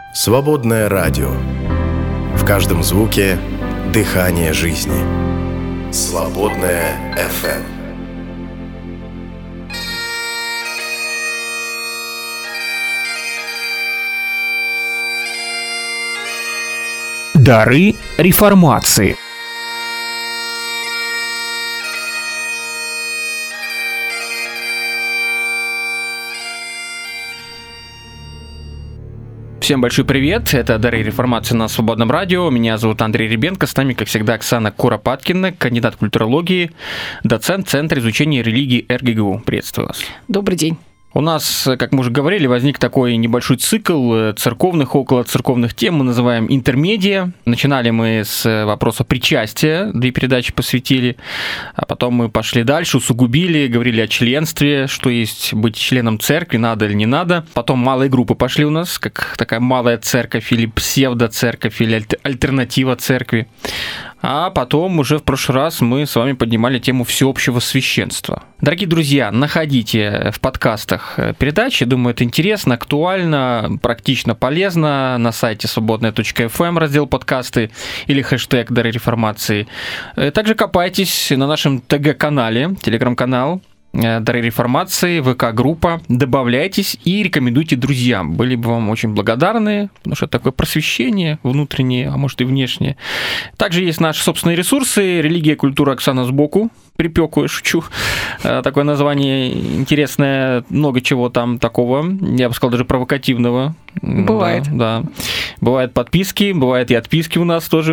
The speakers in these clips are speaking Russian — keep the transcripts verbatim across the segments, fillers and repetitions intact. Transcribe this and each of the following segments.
Свободное радио. В каждом звуке дыхание жизни. Свободное эф эм. Дары реформации. Всем большой привет, это «Дары реформации» на Свободном радио. Меня зовут Андрей Ребенко, с нами, как всегда, Оксана Куропаткина, кандидат культурологии, доцент Центра изучения религии эр гэ гэ у. Приветствую вас. Добрый день. У нас, как мы уже говорили, возник такой небольшой цикл церковных, околоцерковных тем, мы называем интермедиа. Начинали мы с вопроса причастия, две передачи посвятили, а потом мы пошли дальше, усугубили, говорили о членстве, что есть быть членом церкви, надо или не надо. Потом малые группы пошли у нас, как такая малая церковь или псевдоцерковь, или альтернатива церкви. А потом уже в прошлый раз мы с вами поднимали тему всеобщего священства. Дорогие друзья, находите в подкастах передачи, думаю, это интересно, актуально, практично полезно. На сайте свободное точка эф эм раздел подкасты или хэштег «Дары реформации». Также копайтесь на нашем тэ гэ-канале, телеграм-канал «Дары реформации», вэ ка-группа, добавляйтесь и рекомендуйте друзьям. Были бы вам очень благодарны, потому что это такое просвещение внутреннее, а может и внешнее. Также есть наши собственные ресурсы «Религия, культура», Оксана сбоку. Припеку, шучу. Такое название интересное, много чего там такого, я бы сказал, даже провокативного. Бывает. Да, да. Бывают подписки, бывают и отписки у нас тоже.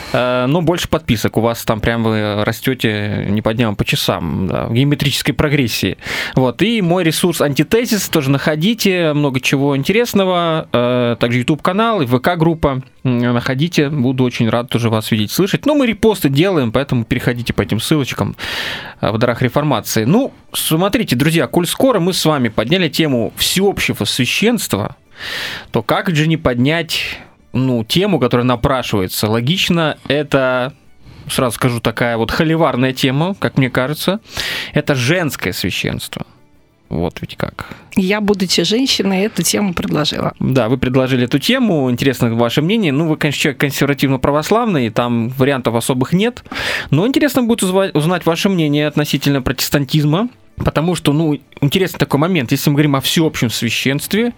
Но больше подписок. У вас там прям вы растете не по дням, а по часам, да, в геометрической прогрессии. Вот. И мой ресурс «Антитезис» тоже находите, много чего интересного. Также YouTube-канал и вэ ка-группа. Находите, буду очень рад тоже вас видеть, слышать. Но мы репосты делаем, поэтому переходите по этим ссылочкам в дарах реформации. Ну, смотрите, друзья, коль скоро мы с вами подняли тему всеобщего священства, то как же не поднять, ну, тему, которая напрашивается? Логично, это, сразу скажу, такая вот холиварная тема, как мне кажется, это женское священство. Вот ведь как. Я, будучи женщиной, эту тему предложила. Да, вы предложили эту тему, интересно ваше мнение. Ну, вы, конечно, человек консервативно-православный, там вариантов особых нет. Но интересно будет узнать ваше мнение относительно протестантизма. Потому что, ну, интересный такой момент, если мы говорим о всеобщем священстве,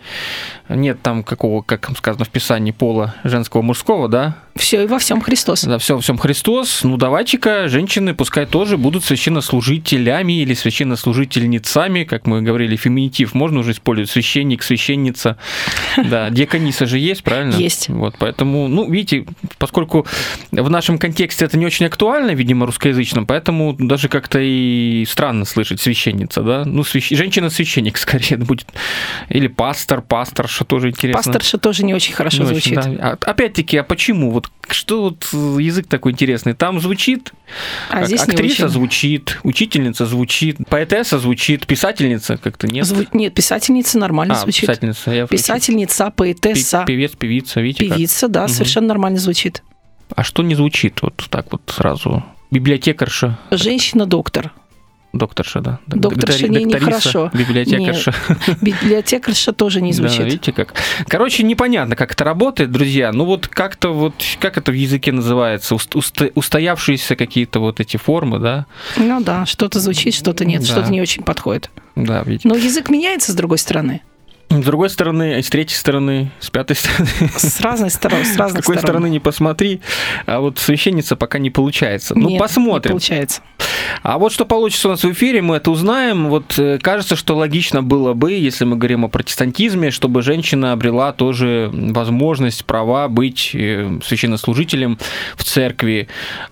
нет там какого, как сказано в Писании, пола женского, мужского, да? Все и во всем Христос. Да, все во всем Христос. Ну, давайте-ка женщины пускай тоже будут священнослужителями или священнослужительницами, как мы говорили, феминитив можно уже использовать, священник, священница. Да, диакониса же есть, правильно? Есть. Вот, поэтому, ну, видите, поскольку в нашем контексте это не очень актуально, видимо, русскоязычном, поэтому даже как-то и странно слышать священник. Да? Ну, свящ... женщина-священник, скорее, будет. Или пастор, пасторша тоже интересно. Пасторша тоже не очень хорошо не звучит. Очень, да. а, опять-таки, а почему? Вот что вот язык такой интересный? Там звучит, а здесь актриса звучит, учительница звучит, поэтесса звучит, писательница как-то нет? Зву... Нет, писательница нормально а, звучит. Писательница, я писательница, поэтесса. Певец, певица, видите Певица, как? да, угу. Совершенно нормально звучит. А что не звучит вот так вот сразу? Библиотекарша? Женщина-доктор. Докторша, да. Докторша Доктори, не, нехорошо. Библиотекарша. Нет, библиотекарша тоже не звучит. Да, видите как. Короче, непонятно, как это работает, друзья. Ну вот как-то вот, как это в языке называется? Уст, устоявшиеся какие-то вот эти формы, да? Ну да, что-то звучит, что-то нет, да. Что-то не очень подходит. Да, видите. Но язык меняется с другой стороны. С другой стороны, с третьей стороны, с пятой стороны. С разной стороны, с разных С какой сторон. стороны не посмотри, а вот священница пока не получается. Нет, ну, посмотрим. Не получается. А вот что получится у нас в эфире, мы это узнаем. Вот кажется, что логично было бы, если мы говорим о протестантизме, чтобы женщина обрела тоже возможность, права быть священнослужителем в церкви.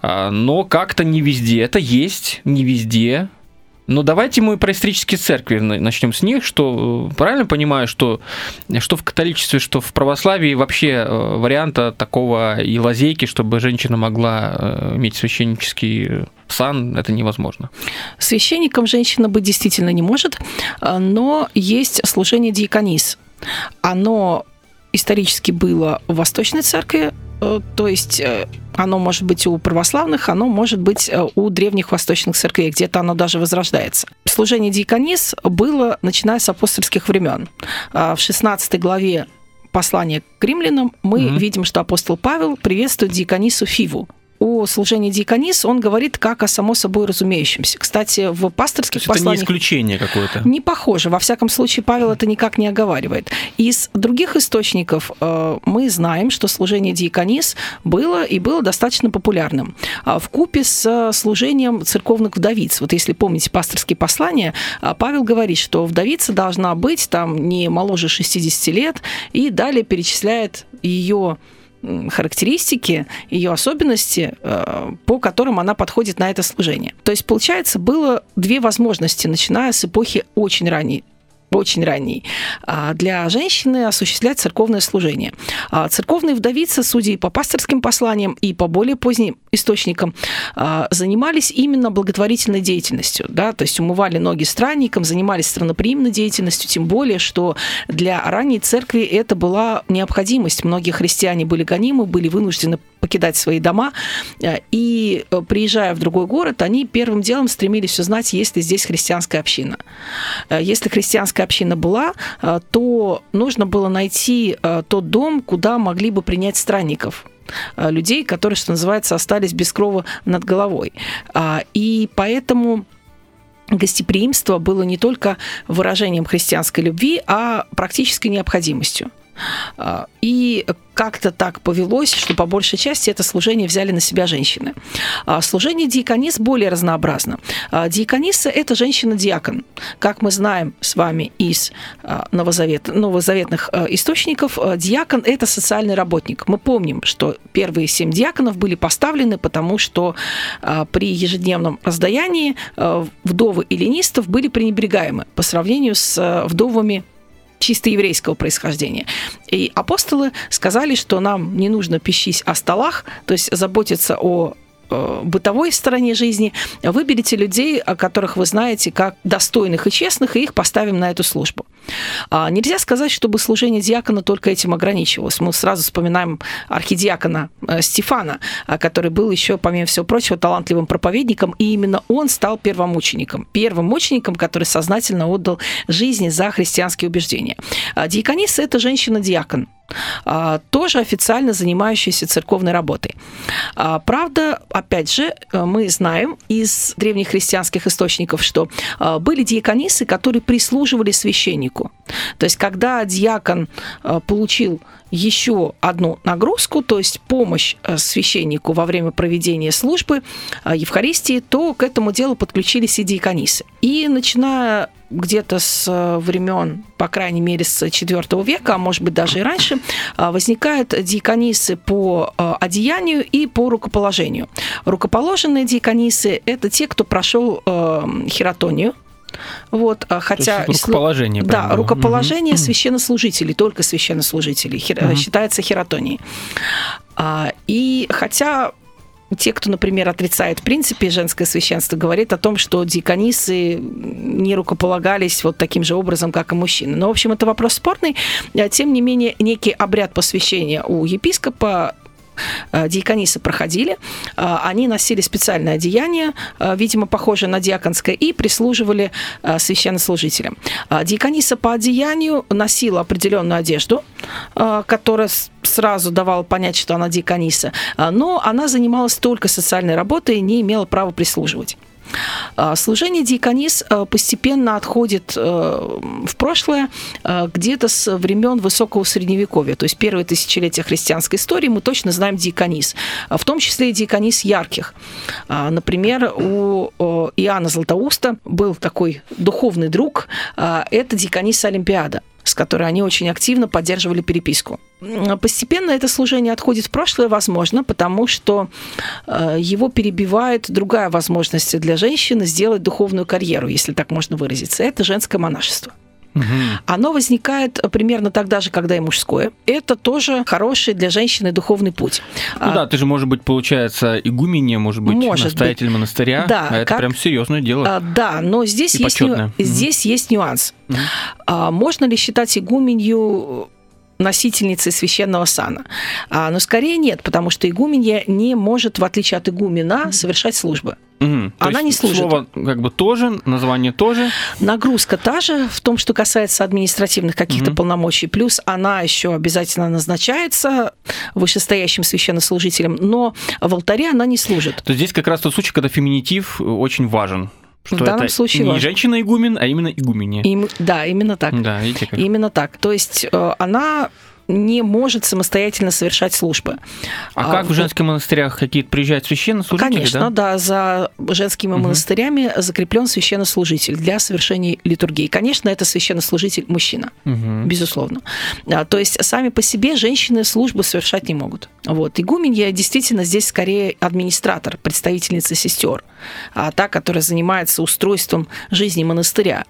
Но как-то не везде. Это есть, не везде. Но давайте мы про исторические церкви начнем с них, что правильно понимаю, что, что в католичестве, что в православии вообще варианта такого и лазейки, чтобы женщина могла иметь священнический сан, это невозможно. Священником женщина быть действительно не может, но есть служение диаконис. Оно исторически было в Восточной церкви, то есть оно может быть у православных, оно может быть у древних восточных церквей, где-то оно даже возрождается. Служение диаконис было, начиная с апостольских времен. В шестнадцатой главе послания к римлянам мы mm-hmm. видим, что апостол Павел приветствует диаконису Фиву. О служении диаконис он говорит как о само собой разумеющемся. Кстати, в пасторских То есть посланиях... это не исключение какое-то? Не похоже. Во всяком случае, Павел это никак не оговаривает. Из других источников э, мы знаем, что служение диаконис было и было достаточно популярным. Вкупе с служением церковных вдовиц. Вот если помните пасторские послания, Павел говорит, что вдовица должна быть там не моложе шестидесяти лет, и далее перечисляет ее характеристики, ее особенности, по которым она подходит на это служение. То есть, получается, было две возможности, начиная с эпохи очень ранней, очень ранней, для женщины осуществлять церковное служение. Церковные вдовицы, судя и по пасторским посланиям, и по более поздним источникам, занимались именно благотворительной деятельностью. Да? То есть умывали ноги странникам, занимались странноприимной деятельностью, тем более, что для ранней церкви это была необходимость. Многие христиане были гонимы, были вынуждены покидать свои дома, и, приезжая в другой город, они первым делом стремились узнать, есть ли здесь христианская община. Если христианская община была, то нужно было найти тот дом, куда могли бы принять странников, людей, которые, что называется, остались без крова над головой. И поэтому гостеприимство было не только выражением христианской любви, а практической необходимостью. И как-то так повелось, что по большей части это служение взяли на себя женщины. Служение диаконис более разнообразно. Диакониса – это женщина-диакон. Как мы знаем с вами из новозавет, новозаветных источников, диакон – это социальный работник. Мы помним, что первые семь диаконов были поставлены, потому что при ежедневном раздаянии вдовы эллинистов были пренебрегаемы по сравнению с вдовами чисто еврейского происхождения. И апостолы сказали, что нам не нужно пищись о столах, то есть заботиться о бытовой стороне жизни. Выберите людей, о которых вы знаете как достойных и честных, и их поставим на эту службу. Нельзя сказать, чтобы служение диакона только этим ограничивалось. Мы сразу вспоминаем архидиакона Стефана, который был еще, помимо всего прочего, талантливым проповедником, и именно он стал первомучеником. Первым мучеником, который сознательно отдал жизнь за христианские убеждения. Диакониса – это женщина-диакон, тоже официально занимающаяся церковной работой. Правда, опять же, мы знаем из древних христианских источников, что были диаконисы, которые прислуживали священнику. То есть, когда диакон получил еще одну нагрузку, то есть помощь священнику во время проведения службы Евхаристии, то к этому делу подключились и диаконисы. И начиная где-то с времен, по крайней мере, с четвёртого века, а может быть даже и раньше, возникают диаконисы по одеянию и по рукоположению. Рукоположенные диаконисы – это те, кто прошел хиротонию. Вот, хотя рукоположение, да, рукоположение угу. священнослужителей, только священнослужителей, угу. считается хиротонией. И хотя те, кто, например, отрицает в принципе женское священство, говорит о том, что диаконисы не рукополагались вот таким же образом, как и мужчины. Но, в общем, это вопрос спорный. Тем не менее, некий обряд посвящения у епископа диаконисы проходили, они носили специальное одеяние, видимо, похожее на диаконское, и прислуживали священнослужителям. Диакониса по одеянию носила определенную одежду, которая сразу давала понять, что она диакониса, но она занималась только социальной работой и не имела права прислуживать. Служение диаконис постепенно отходит в прошлое где-то с времен высокого средневековья, то есть первые тысячелетия христианской истории мы точно знаем диаконис, в том числе и диаконис ярких. Например, у Иоанна Златоуста был такой духовный друг, это диакониса Олимпиада, с которой они очень активно поддерживали переписку. Постепенно это служение отходит в прошлое, возможно, потому что его перебивает другая возможность для женщины сделать духовную карьеру, если так можно выразиться. Это женское монашество. Угу. Оно возникает примерно тогда же, когда и мужское. Это тоже хороший для женщины духовный путь. Ну да, ты же, может быть, получается, игуменья, может быть, может настоятель быть. монастыря. Да, а это как... прям серьезное дело. Да, но здесь, есть, ню... угу. здесь есть нюанс. Угу. Можно ли считать игуменью носительницей священного сана. А, но скорее нет, потому что игуменья не может, в отличие от игумена, совершать службы. Угу. Она не служит. Слово как бы тоже, название тоже. Нагрузка та же в том, что касается административных каких-то угу. полномочий. Плюс она еще обязательно назначается вышестоящим священнослужителем, но в алтаре она не служит. То здесь как раз тот случай, когда феминитив очень важен. Что в данном это случае не важно. Женщина-игумен, а именно игуменья. Им, да, именно так. Да, видите, как... Именно так. То есть она не может самостоятельно совершать службы. А, а как в женских монастырях какие-то приезжают священнослужители? Конечно, да, да за женскими угу. монастырями закреплен священнослужитель для совершения литургии. Конечно, это священнослужитель мужчина, угу. безусловно. То есть сами по себе женщины службы совершать не могут. Вот. Игуменья действительно здесь скорее администратор, представительница сестер, а та, которая занимается устройством жизни монастыря.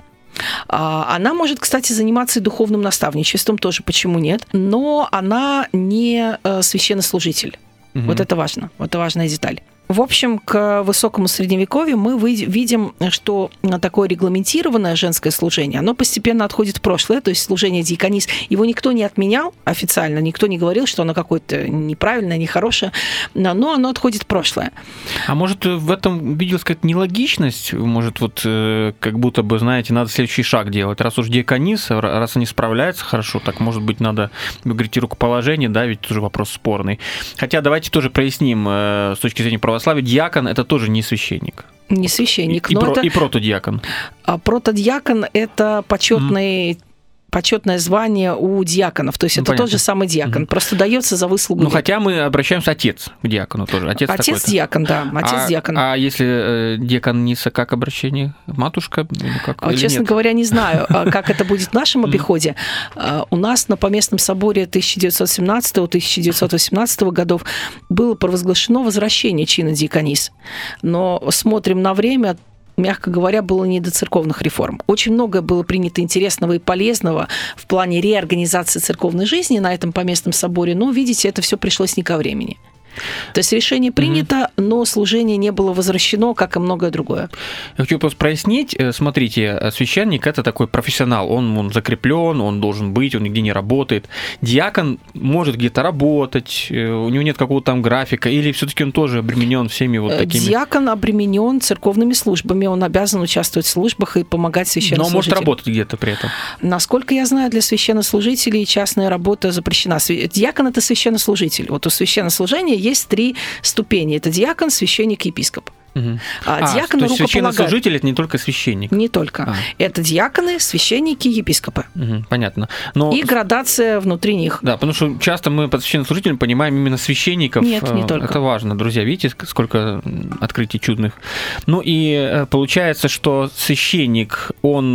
Она может, кстати, заниматься и духовным наставничеством, тоже почему нет, но она не священнослужитель. Угу. Вот это важно, вот это важная деталь. В общем, к высокому средневековью мы видим, что такое регламентированное женское служение, оно постепенно отходит в прошлое, то есть служение диаконис. Его никто не отменял официально, никто не говорил, что оно какое-то неправильное, нехорошее, но оно отходит в прошлое. А может, в этом виделась какая-то нелогичность? Может, вот как будто бы, знаете, надо следующий шаг делать. Раз уж диаконис, раз они справляются хорошо, так, может быть, надо говорить и рукоположение, да, ведь тоже вопрос спорный. Хотя давайте тоже проясним с точки зрения православия, диакон – это тоже не священник. Не священник. И, но и, это... и протодиакон. А протодиакон – это почетный... Mm. почетное звание у диаконов. То есть ну, это понятно. Тот же самый диакон. Mm-hmm. Просто дается за выслугу. Ну, хотя мы обращаемся отец к диакону тоже. Отец, отец диакон, да. Отец а, диакон. А если э, диакониса, как обращение? Матушка? Как, а, честно нет? говоря, не знаю, как это будет в нашем обиходе. У нас на Поместном соборе тысяча девятьсот семнадцатого - тысяча девятьсот восемнадцатого годов было провозглашено возвращение чина диаконис. Но смотрим на время, мягко говоря, было не до церковных реформ. Очень многое было принято интересного и полезного в плане реорганизации церковной жизни на этом Поместном соборе, но, видите, это все пришлось не ко времени. То есть решение принято, mm-hmm. но служение не было возвращено, как и многое другое. Я хочу просто прояснить. Смотрите, священник – это такой профессионал. Он, он закреплен, он должен быть, он нигде не работает. Диакон может где-то работать, у него нет какого-то там графика, или все-таки он тоже обременен всеми вот такими… Диакон обременен церковными службами, он обязан участвовать в службах и помогать священнослужителям. Но он может работать где-то при этом. Насколько я знаю, для священнослужителей частная работа запрещена. Диакон – это священнослужитель. Вот у священнослужения есть есть три ступени. Это диакон, священник, епископ. Угу. А, а, диакон то есть священнослужитель – это не только священник? Не только. А. Это диаконы, священники, епископы. Угу, понятно. Но... И градация внутри них. Да, потому что часто мы под священнослужителем понимаем именно священников. Нет, не только. Это важно, друзья. Видите, сколько открытий чудных. Ну и получается, что священник,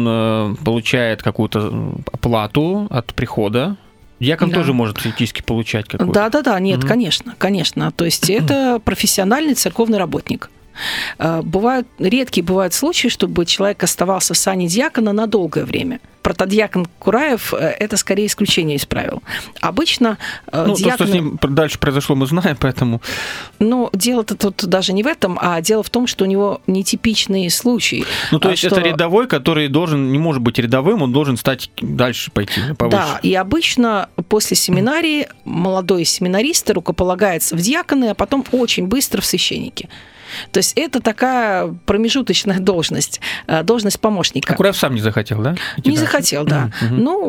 он получает какую-то оплату от прихода. Диакон да. тоже может теоретически получать какую-то. Да-да-да, нет, mm-hmm. конечно, конечно. То есть это профессиональный церковный работник. Бывают, редкие бывают случаи, чтобы человек оставался в сане диакона на долгое время. Протодиакон Кураев – это скорее исключение из правил. Обычно ну, диаконы... то, что с ним дальше произошло, мы знаем, поэтому… Ну, дело-то тут даже не в этом, а дело в том, что у него нетипичный случай. Ну, то есть что... это рядовой, который должен, не может быть рядовым, он должен стать дальше пойти, повыше. Да, и обычно после семинарии молодой семинарист рукополагается в диаконы, а потом очень быстро в священники. То есть это такая промежуточная должность, должность помощника. А Кураев сам не захотел, да? Идти не дальше? захотел, да. Mm-hmm.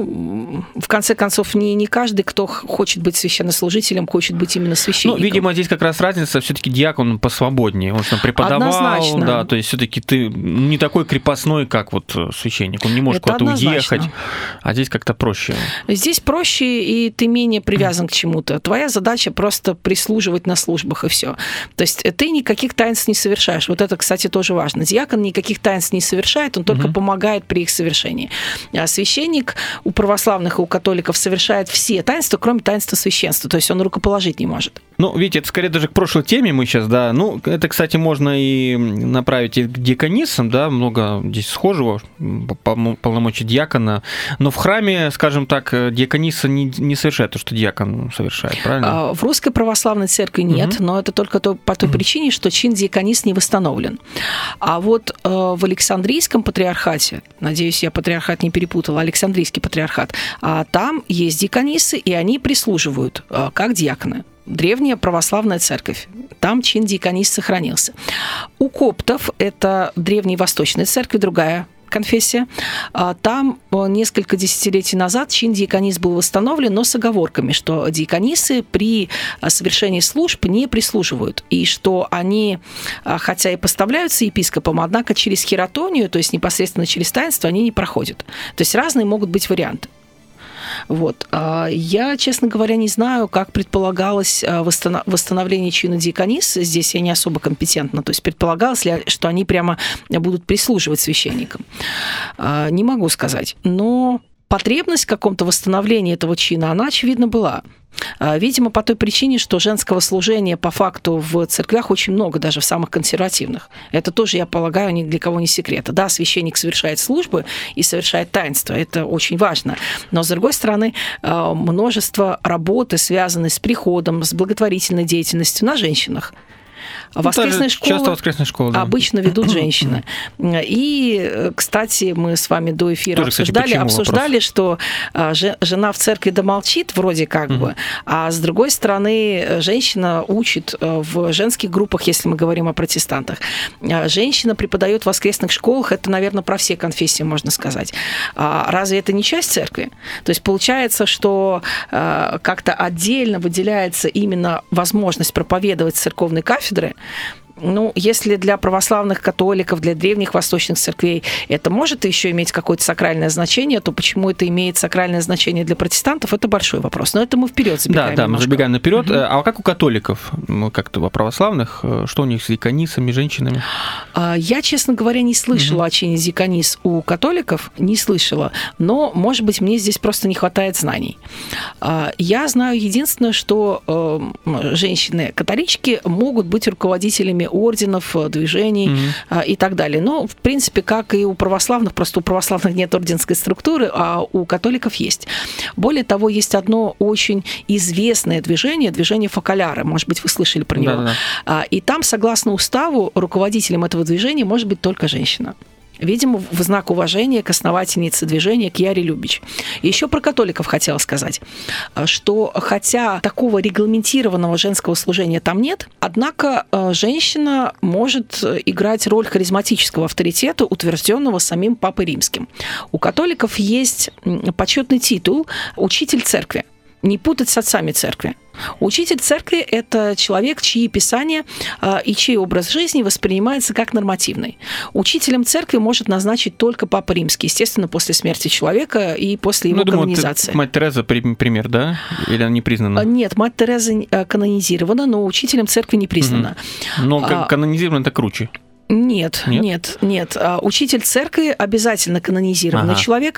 Ну, в конце концов, не, не каждый, кто хочет быть священнослужителем, хочет быть именно священником. Ну, видимо, здесь как раз разница, все-таки диакон посвободнее. Он там преподавал, однозначно. Да, то есть все-таки ты не такой крепостной, как вот священник. Он не может это куда-то однозначно. уехать, а здесь как-то проще. Здесь проще, и ты менее привязан mm-hmm. к чему-то. Твоя задача просто прислуживать на службах, и все. То есть ты никаких тайн не совершаешь. Вот это, кстати, тоже важно. Диакон никаких таинств не совершает, он только угу. помогает при их совершении. А священник у православных и у католиков совершает все таинства, кроме таинства священства. То есть он рукоположить не может. Ну, видите, это скорее даже к прошлой теме мы сейчас, да. Ну, это, кстати, можно и направить и к диаконисам, да, много здесь схожего, полномочий диакона. Но в храме, скажем так, диакониса не, не совершает то, что диакон совершает, правильно? В Русской Православной Церкви нет, угу. но это только то, по той угу. причине, что чин диакона диаконис не восстановлен. А вот в Александрийском патриархате, надеюсь, я патриархат не перепутала, Александрийский патриархат, там есть диаконисы, и они прислуживают как диаконы. Древняя православная церковь. Там чин диаконис сохранился. У коптов, это древняя восточная церковь, другая конфессия, там несколько десятилетий назад чин диаконис был восстановлен, но с оговорками, что диаконисы при совершении служб не прислуживают, и что они, хотя и поставляются епископом, однако через хиротонию, то есть непосредственно через таинство, они не проходят. То есть разные могут быть варианты. Вот. Я, честно говоря, не знаю, как предполагалось восстановление чина диаконис. Здесь я не особо компетентна. То есть предполагалось ли, что они прямо будут прислуживать священникам. Не могу сказать. Но потребность в каком-то восстановлении этого чина, она, очевидно, была. Видимо, по той причине, что женского служения по факту в церквях очень много, даже в самых консервативных. Это тоже, я полагаю, ни для кого не секрет. Да, священник совершает службы и совершает таинство, это очень важно. Но, с другой стороны, множество работы, связанной с приходом, с благотворительной деятельностью на женщинах. Воскресная школа, часто воскресная школа, да. Обычно ведут женщины. И, кстати, мы с вами до эфира Тоже, обсуждали, кстати, обсуждали что жена в церкви да молчит, вроде как угу. бы, а с другой стороны, женщина учит в женских группах, если мы говорим о протестантах. Женщина преподает в воскресных школах, это, наверное, про все конфессии можно сказать. Разве это не часть церкви? То есть получается, что как-то отдельно выделяется именно возможность проповедовать церковной кафедры. Ну, если для православных католиков, для древних восточных церквей это может еще иметь какое-то сакральное значение, то почему это имеет сакральное значение для протестантов, это большой вопрос. Но это мы вперед забегаем. Да, да, немножко. мы забегаем наперед. Угу. А как у католиков, как-то у православных, что у них с диаконисами, женщинами? Я, честно говоря, не слышала угу. о чине диаконис у католиков, не слышала. Но, может быть, мне здесь просто не хватает знаний. Я знаю единственное, что женщины-католички могут быть руководителями орденов, движений mm-hmm. и так далее. Но, в принципе, как и у православных, просто у православных нет орденской структуры, а у католиков есть. Более того, есть одно очень известное движение, движение Фоколяра. Может быть, вы слышали про него. Да-да-да. И там, согласно уставу, руководителем этого движения может быть только женщина. Видимо, в знак уважения к основательнице движения Кьяре Любич. И еще про католиков хотела сказать, что хотя такого регламентированного женского служения там нет, однако женщина может играть роль харизматического авторитета, утвержденного самим Папой Римским. У католиков есть почетный титул «Учитель церкви». Не путать с отцами церкви. Учитель церкви – это человек, чьи писания э, и чей образ жизни воспринимается как нормативный. Учителем церкви может назначить только Папа Римский, естественно, после смерти человека и после его ну, канонизации. Думаю, мать Тереза пример, да? Или она не признана? Нет, мать Тереза канонизирована, но учителем церкви не признана. Угу. Но а, канонизирована это круче. Нет, нет, нет, нет. Учитель церкви обязательно канонизированный ага. человек.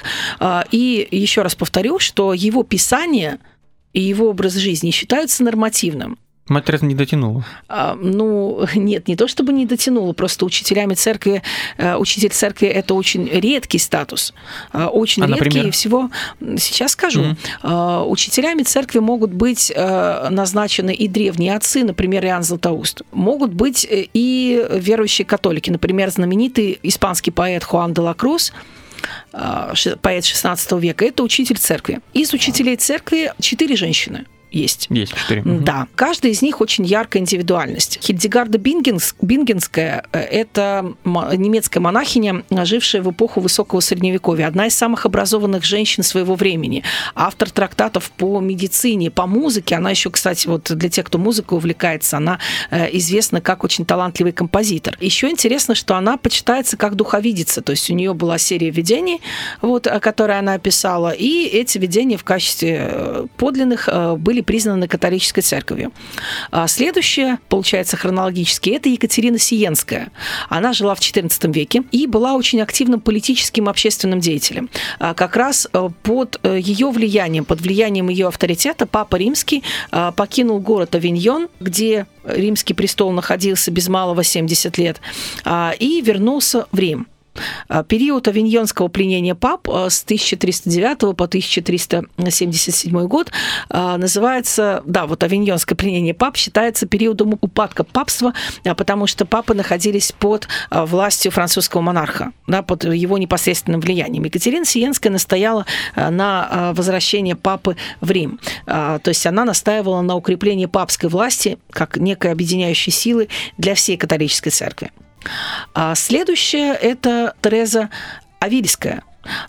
И еще раз повторю, что его писание и его образ жизни считаются нормативным. Мать Тереза не дотянула. А, ну, нет, не то чтобы не дотянула, просто учителями церкви, учитель церкви – это очень редкий статус. Очень а, редкий, например? Всего, сейчас скажу. Mm-hmm. Учителями церкви могут быть назначены и древние отцы, например, Иоанн Златоуст. Могут быть и верующие католики, например, знаменитый испанский поэт Хуан де ла Круз, поэт шестнадцатого века, это учитель церкви. Из учителей церкви четыре женщины. Есть. Есть четыре. Да. Каждая из них очень яркая индивидуальность. Хильдегарда Бингенс, Бингенская – это немецкая монахиня, жившая в эпоху Высокого Средневековья. Одна из самых образованных женщин своего времени. Автор трактатов по медицине, по музыке. Она еще, кстати, вот для тех, кто музыкой увлекается, она известна как очень талантливый композитор. Еще интересно, что она почитается как духовидица. То есть у нее была серия видений, вот, которые она описала, и эти видения в качестве подлинных были признаны католической церковью. Следующее, получается, хронологически, это Екатерина Сиенская. Она жила в четырнадцатом веке и была очень активным политическим и общественным деятелем. Как раз под ее влиянием, под влиянием ее авторитета Папа Римский покинул город Авиньон, где Римский престол находился без малого семьдесят лет, и вернулся в Рим. Период авиньонского пленения пап с тысяча триста девятого по тысяча триста семьдесят седьмой год называется, да, вот авиньонское пленение пап считается периодом упадка папства, потому что папы находились под властью французского монарха, да, под его непосредственным влиянием. Екатерина Сиенская настояла на возвращение папы в Рим. То есть она настаивала на укреплении папской власти как некой объединяющей силы для всей католической церкви. Следующая – это Тереза Авильская.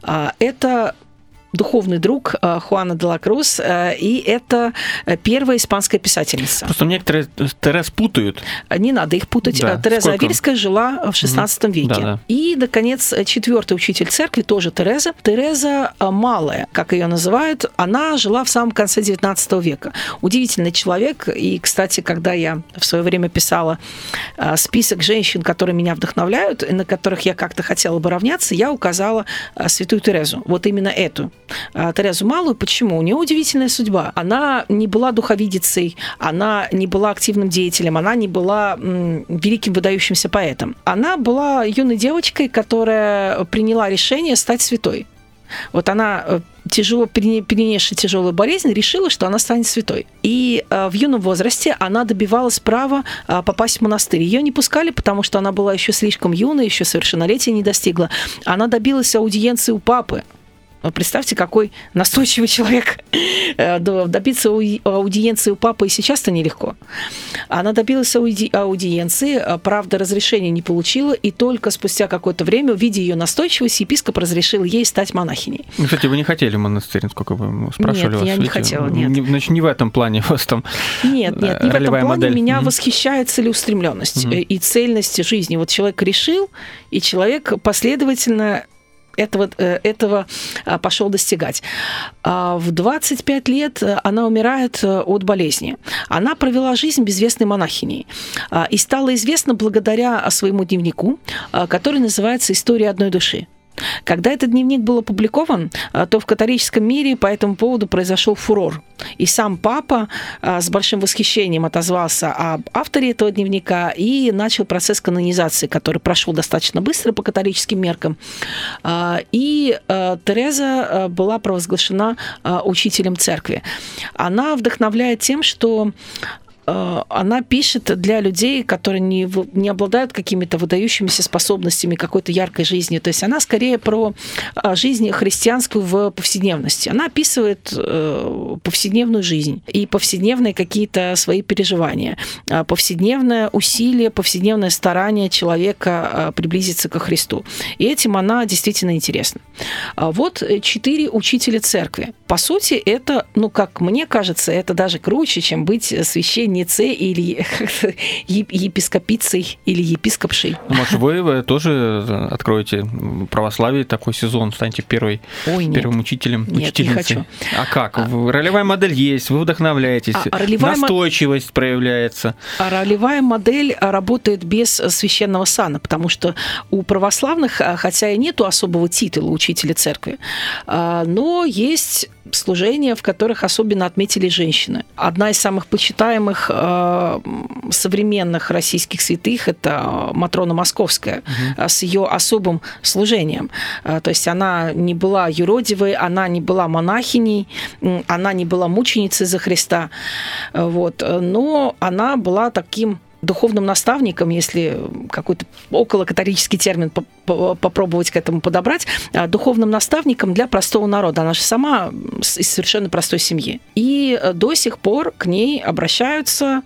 Это духовный друг Хуана де ла Крус, и это первая испанская писательница. Просто некоторые Терез путают. Не надо их путать. Да. Тереза Сколько? Авильская жила в шестнадцатом веке. Да, да. И, наконец, четвертый учитель церкви, тоже Тереза. Тереза Малая, как ее называют, она жила в самом конце девятнадцатого века. Удивительный человек. И, кстати, когда я в свое время писала список женщин, которые меня вдохновляют, и на которых я как-то хотела бы равняться, я указала святую Терезу. Вот именно эту. Терезу Малую. Почему? У нее удивительная судьба. Она не была духовидицей, она не была активным деятелем, она не была м, великим выдающимся поэтом. Она была юной девочкой, которая приняла решение стать святой. Вот она, тяжело, перенесшая тяжелую болезнь, решила, что она станет святой. И в юном возрасте она добивалась права попасть в монастырь. Ее не пускали, потому что она была еще слишком юной, еще совершеннолетия не достигла. Она добилась аудиенции у папы. Представьте, какой настойчивый человек. Добиться аудиенции у папы и сейчас-то нелегко. Она добилась ауди- аудиенции, правда, разрешения не получила, и только спустя какое-то время, видя ее настойчивость, епископ разрешил ей стать монахиней. Кстати, вы не хотели в монастырь, сколько вы спрашивали нет, вас? я не видите? хотела, нет. Не, значит, не в этом плане у вас там Нет, нет, не в этом плане. Модель. Меня mm-hmm. восхищает целеустремленность mm-hmm. и цельность жизни. Вот человек решил, и человек последовательно этого, этого пошел достигать. В двадцать пять лет она умирает от болезни. Она провела жизнь безвестной монахиней и стала известна благодаря своему дневнику, который называется «История одной души». Когда этот дневник был опубликован, то в католическом мире по этому поводу произошел фурор. И сам папа с большим восхищением отозвался об авторе этого дневника и начал процесс канонизации, который прошел достаточно быстро по католическим меркам. И Тереза была провозглашена учителем церкви. Она вдохновляет тем, что она пишет для людей, которые не, не обладают какими-то выдающимися способностями, какой-то яркой жизнью. То есть она скорее про жизнь христианскую в повседневности. Она описывает повседневную жизнь и повседневные какие-то свои переживания, повседневное усилие, повседневное старание человека приблизиться ко Христу. И этим она действительно интересна. Вот четыре учителя церкви. По сути, это, ну, как мне кажется, это даже круче, чем быть священником или епископицей, или епископшей. Может, вы тоже откроете православие, такой сезон, станете первой, Ой, первым учителем, нет, учительницей? Не хочу. А как? А... Ролевая модель есть, вы вдохновляетесь, а, настойчивость мо... проявляется. А ролевая модель работает без священного сана, потому что у православных, хотя и нету особого титула учителя церкви, но есть служения, в которых особенно отметили женщины. Одна из самых почитаемых э, современных российских святых – это Матрона Московская, угу. с ее особым служением. Э, то есть она не была юродивой, она не была монахиней, она не была мученицей за Христа, вот, но она была таким духовным наставником, если какой-то околокатолический термин попробовать к этому подобрать, духовным наставником для простого народа. Она же сама из совершенно простой семьи. И до сих пор к ней обращаются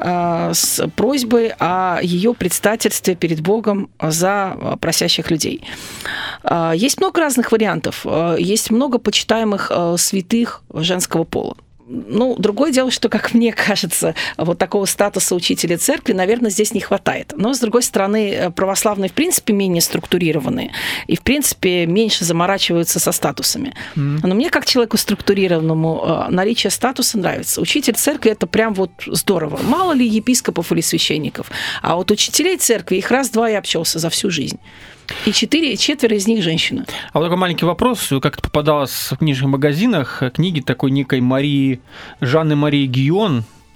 с просьбой о ее предстательстве перед Богом за просящих людей. Есть много разных вариантов. Есть много почитаемых святых женского пола. Ну, другое дело, что, как мне кажется, вот такого статуса учителя церкви, наверное, здесь не хватает. Но, с другой стороны, православные, в принципе, менее структурированные и, в принципе, меньше заморачиваются со статусами. Mm-hmm. Но мне, как человеку структурированному, наличие статуса нравится. Учитель церкви – это прям вот здорово. Мало ли епископов или священников. А вот учителей церкви, их раз-два и обчелся за всю жизнь. И четыре, четверо из них женщины. А вот такой маленький вопрос. Как-то попадалось в книжных магазинах книги такой некой Марии, Жанны Марии Гион,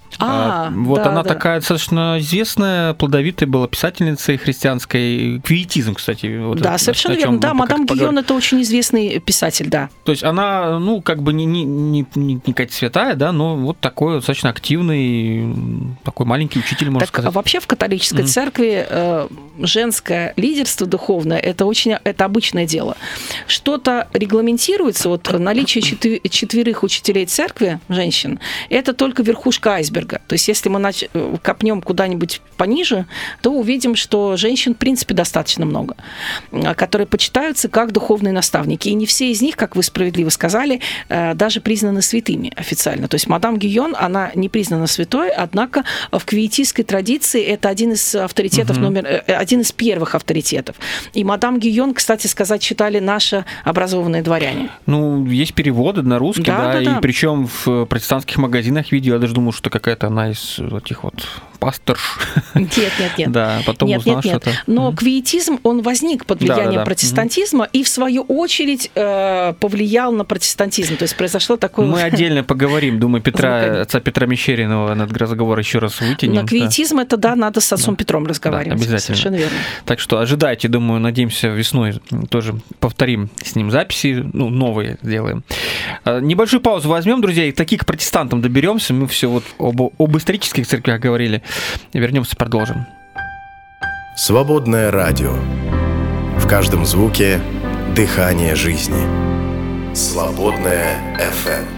А, вот да, она да. такая достаточно известная, плодовитая была писательницей христианской, квиетизм, кстати. Вот да, это, совершенно о чем верно. Да, мы мадам поговорим. Гийон – это очень известный писатель, да. То есть она, ну, как бы не, не, не, не какая-то святая, да, но вот такой достаточно активный, такой маленький учитель, можно так, сказать. Вообще в католической mm-hmm. церкви э, женское лидерство духовное – это очень это обычное дело. Что-то регламентируется, вот наличие четы- четверых учителей церкви, женщин, это только верхушка айсберга. То есть если мы нач... копнем куда-нибудь пониже, то увидим, что женщин, в принципе, достаточно много, которые почитаются как духовные наставники. И не все из них, как вы справедливо сказали, даже признаны святыми официально. То есть мадам Гийон, она не признана святой, однако в квиетистской традиции это один из авторитетов, угу. номер... один из первых авторитетов. И мадам Гийон, кстати сказать, читали наши образованные дворяне. Ну, есть переводы на русский, да, да, да, и да. причем в протестантских магазинах видео, я даже думал, что какая-то одна из этих вот пасторш. Нет, нет, нет. Да, потом нет, узнал, нет, нет. что это... Но mm-hmm. квиетизм, он возник под влиянием да, да, да. протестантизма mm-hmm. и, в свою очередь, э, повлиял на протестантизм. То есть произошло такое... Мы отдельно поговорим, думаю, Петра, отца Петра Мещеринова на этот разговор еще раз вытянем. На квиетизм да. это, да, надо с отцом да. Петром разговаривать. Да, обязательно. Совершенно верно. Так что ожидайте, думаю, надеемся, весной тоже повторим с ним записи, ну, новые сделаем. Небольшую паузу возьмем, друзья, и таких к протестантам доберемся. Мы все вот об, об исторических церквях говорили. Вернемся, продолжим. Свободное радио. В каждом звуке дыхание жизни. Свободное эф эм.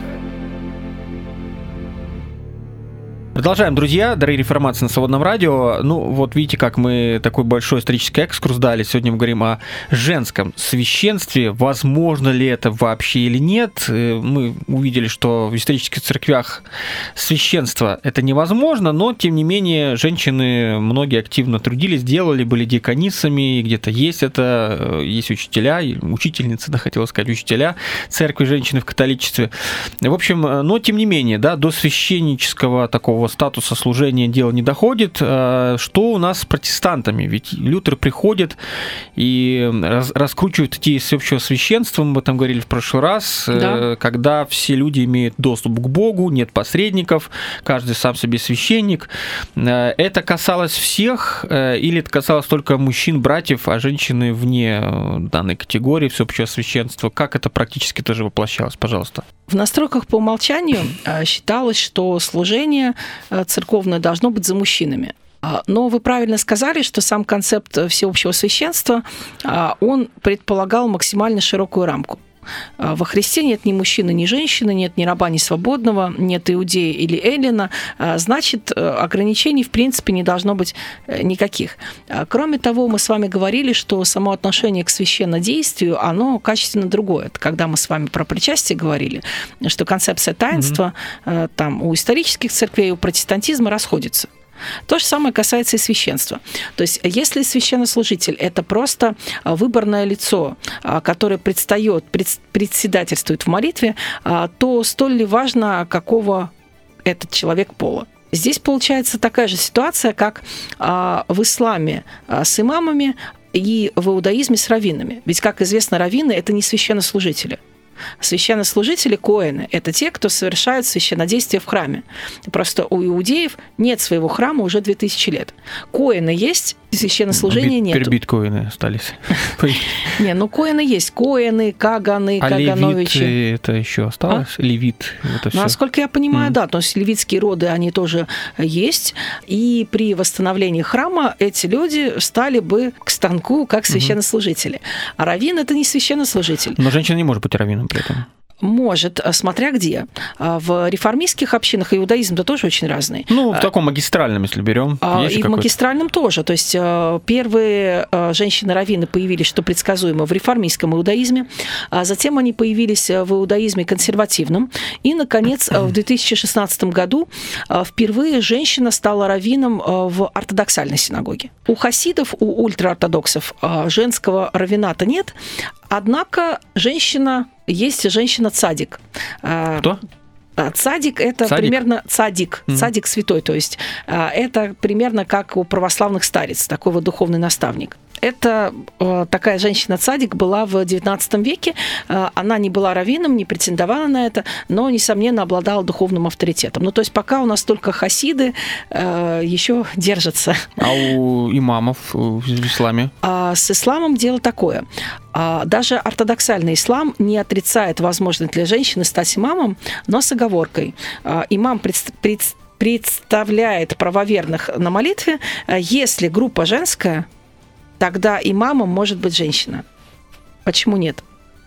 Продолжаем, друзья, дорогие реформации на Свободном радио. Ну, вот видите, как мы такой большой исторический экскурс дали. Сегодня мы говорим о женском священстве. Возможно ли это вообще или нет? Мы увидели, что в исторических церквях священство это невозможно, но, тем не менее, женщины многие активно трудились, делали, были диаконисами, где-то есть это, есть учителя, учительницы, да, хотела сказать, учителя церкви, женщины в католичестве. В общем, но, тем не менее, да, до священнического такого статуса служения дело не доходит. Что у нас с протестантами? Ведь Лютер приходит и раскручивает идеи всеобщего священства, мы об этом говорили в прошлый раз, да. когда все люди имеют доступ к Богу, нет посредников, каждый сам себе священник. Это касалось всех или это касалось только мужчин, братьев, а женщины вне данной категории всеобщего священства? Как это практически тоже воплощалось? Пожалуйста. В настройках по умолчанию считалось, что служение церковное должно быть за мужчинами. Но вы правильно сказали, что сам концепт всеобщего священства, он предполагал максимально широкую рамку. Во Христе нет ни мужчины, ни женщины, нет ни раба, ни свободного, нет иудея или эллина. Значит, ограничений в принципе не должно быть никаких. Кроме того, мы с вами говорили, что само отношение к священнодействию, оно качественно другое. Когда мы с вами про причастие говорили, что концепция таинства mm-hmm. там, у исторических церквей, у протестантизма расходится. То же самое касается и священства. То есть, если священнослужитель – это просто выборное лицо, которое предстает, председательствует в молитве, то столь ли важно, какого этот человек пола. Здесь получается такая же ситуация, как в исламе с имамами и в иудаизме с раввинами. Ведь, как известно, раввины – это не священнослужители. Священнослужители, коэны, это те, кто совершают священнодействие в храме. Просто у иудеев нет своего храма уже две тысячи лет. Коэны есть, священнослужения нет. Теперь биткоины остались. Не, ну коэны есть. Коэны, каганы, кагановичи. А левит это еще осталось? Левит. Насколько я понимаю, да. То есть левитские роды, они тоже есть. И при восстановлении храма эти люди стали бы к станку как священнослужители. А раввин – это не священнослужитель. Но женщина не может быть раввином при этом. Может, смотря где. В реформистских общинах иудаизм-то тоже очень разный. Ну, в таком магистральном, если берем. И в магистральном тоже. То есть первые женщины-раввины появились, что предсказуемо, в реформистском иудаизме, а затем они появились в иудаизме консервативном. И, наконец, в две тысячи шестнадцатом году впервые женщина стала раввином в ортодоксальной синагоге. У хасидов, у ультраортодоксов женского раввината нет, однако женщина... Есть женщина-цадик. Кто? Цадик – это цадик? примерно цадик, mm-hmm. цадик святой, то есть это примерно как у православных старец, такой вот духовный наставник. Это такая женщина-цадик была в девятнадцатом веке. Она не была раввином, не претендовала на это, но, несомненно, обладала духовным авторитетом. Ну, то есть пока у нас только хасиды еще держатся. А у имамов в исламе? А с исламом дело такое. Даже ортодоксальный ислам не отрицает возможность для женщины стать имамом, но с оговоркой. Имам представляет представляет правоверных на молитве, если группа женская, тогда имамом может быть женщина. Почему нет?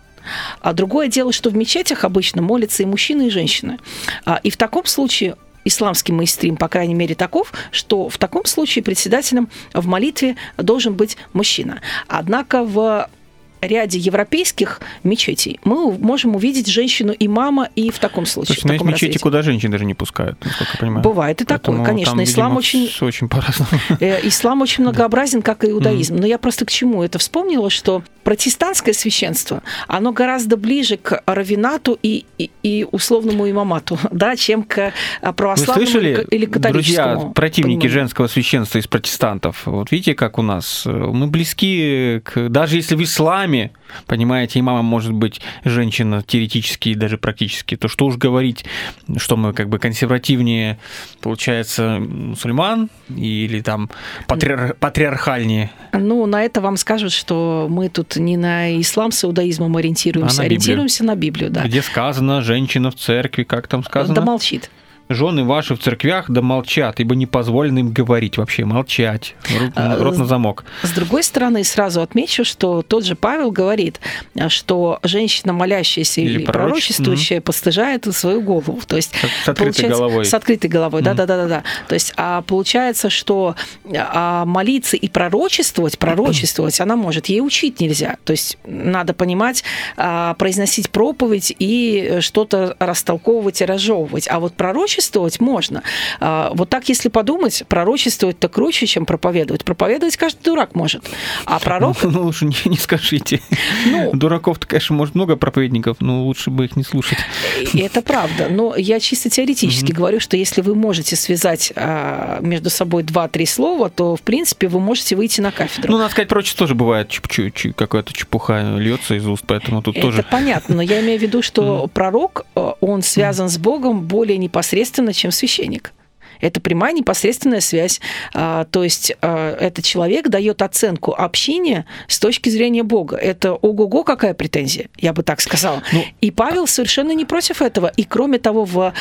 А другое дело, что в мечетях обычно молятся и мужчины, и женщины. И в таком случае исламский мейнстрим, по крайней мере, таков, что в таком случае председателем в молитве должен быть мужчина. Однако в ряде европейских мечетей мы можем увидеть женщину-имама и в таком случае. То есть, есть мечети, куда женщин даже не пускают, насколько я понимаю. Бывает и такое, Поэтому конечно. Там, ислам видимо, очень, очень по-разному. Ислам очень многообразен, как и иудаизм. Но я просто к чему это вспомнила, что протестантское священство, оно гораздо ближе к раввинату и, и, и условному имамату, да, чем к православному Вы слышали, или католическому. Друзья, противники пониманию. женского священства из протестантов, вот видите, как у нас, мы близки к... Даже если в исламе, понимаете, имамом может быть женщина теоретически и даже практически, то что уж говорить, что мы как бы консервативнее, получается, мусульман или там патриар... патриархальнее? Ну, на это вам скажут, что мы тут не на ислам с иудаизмом ориентируемся, а на ориентируемся на Библию, да. Где сказано, женщина в церкви, как там сказано? Да молчит. Жены ваши в церквях да молчат, ибо не позволено им говорить, вообще молчать, рот, рот на замок. С другой стороны, сразу отмечу, что тот же Павел говорит, что женщина, молящаяся или, или пророчествующая, mm-hmm. постыжает свою голову. То есть, с открытой головой. С открытой головой, mm-hmm. да-да-да. То есть, а получается, что а, молиться и пророчествовать, пророчествовать она может, ей учить нельзя. То есть, надо понимать, а, произносить проповедь и что-то растолковывать и разжевывать. А вот пророчествовать можно. Вот так, если подумать, пророчествовать-то круче, чем проповедовать. Проповедовать каждый дурак может. А пророк... Ну, ну лучше не, не скажите. Ну, Дураков-то, конечно, может много проповедников, но лучше бы их не слушать. Это правда. Но я чисто теоретически mm-hmm. говорю, что если вы можете связать а, между собой два-три слова, то, в принципе, вы можете выйти на кафедру. Ну, надо сказать, пророчество тоже бывает, чуть-чуть какая-то чепуха льется из уст, поэтому тут Это тоже... Это понятно, но я имею в виду, что mm-hmm. пророк, он связан mm-hmm. с Богом более непосредственно, чем священник. Это прямая непосредственная связь. То есть этот человек дает оценку общине с точки зрения Бога. Это ого-го, какая претензия, я бы так сказала. Ну, и Павел совершенно не против этого. И кроме того, в,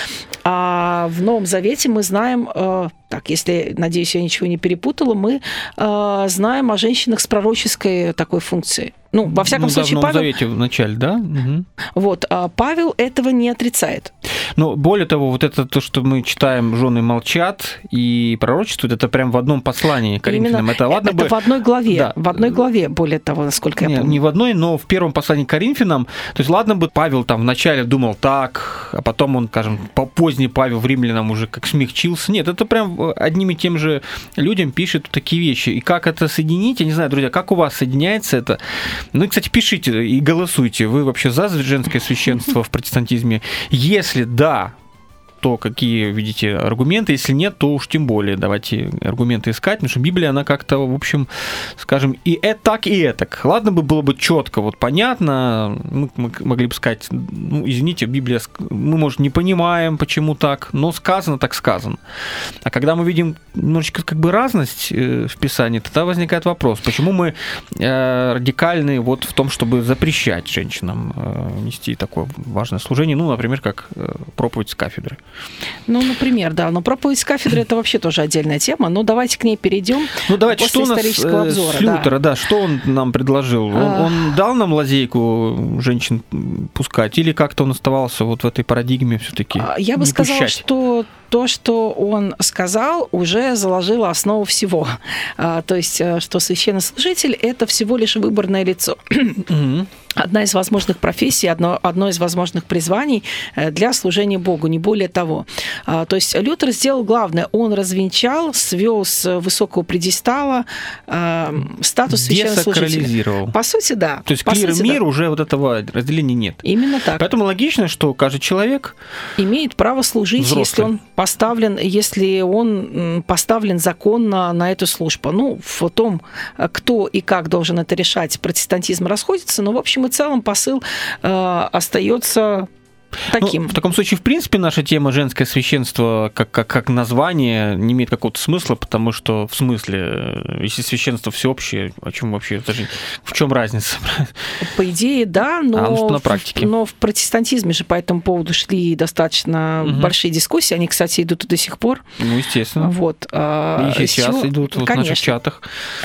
в Новом Завете мы знаем... Так, если, надеюсь, я ничего не перепутала, мы э, знаем о женщинах с пророческой такой функцией. Ну, во всяком ну, случае, да, в Новом Павел... Завете в начале, да? Угу. Вот, а Павел этого не отрицает. Но более того, вот это то, что мы читаем, жены молчат и пророчествуют, это прям в одном послании Коринфянам. Именно, это ладно это бы... в одной главе, да. в одной главе, более того, насколько не, я помню. Не в одной, но в первом послании к Коринфянам. То есть, ладно бы Павел там вначале думал так, а потом он, скажем, поздний Павел в Римлянам уже как смягчился. Нет, это прям одним и тем же людям пишет такие вещи. И как это соединить, я не знаю, друзья, как у вас соединяется это? Ну и, кстати, пишите и голосуйте. Вы вообще за женское священство в протестантизме? Если да, то какие видите аргументы, если нет, то уж тем более давайте аргументы искать, потому что Библия, она как-то, в общем, скажем, и это так, и этак. Ладно бы было бы четко, вот понятно, мы, мы могли бы сказать, ну, извините, Библия, мы, может, не понимаем, почему так, но сказано, так сказано. А когда мы видим немножечко как бы разность в Писании, тогда возникает вопрос, почему мы радикальны вот в том, чтобы запрещать женщинам нести такое важное служение, ну, например, как проповедь с кафедры. Ну, например, да. Но проповедь с кафедры – это вообще тоже отдельная тема. Но давайте к ней перейдем. Ну, давайте, после что у нас исторического обзора, с Лютера, да. да, что он нам предложил? Он, а... он дал нам лазейку женщин пускать или как-то он оставался вот в этой парадигме все-таки? Я бы сказала, пущать? что то, что он сказал, уже заложило основу всего. То есть, что священнослужитель – это всего лишь выборное лицо. одна из возможных профессий, одно, одно из возможных призваний для служения Богу, не более того. То есть Лютер сделал главное, он развенчал, свел с высокого пьедестала статус священнослужителя. По сути, да. То есть клир и мир, да. Уже вот этого разделения нет. Именно так. Поэтому логично, что каждый человек имеет право служить, взрослый. если он поставлен, если он поставлен законно на эту службу. Ну, в том, кто и как должен это решать, протестантизм расходится, но в общем и целом посыл э, остается таким. Ну, в таком случае, в принципе, наша тема женское священство как, как, как название не имеет какого-то смысла, потому что в смысле, если священство всеобщее, о чем вообще, даже в чем разница? По идее, да, но, а, ну, на практике. В, но в протестантизме же по этому поводу шли достаточно угу. большие дискуссии, они, кстати, идут и до сих пор. Ну, естественно. Вот. И сейчас чего... идут вот в наших чатах.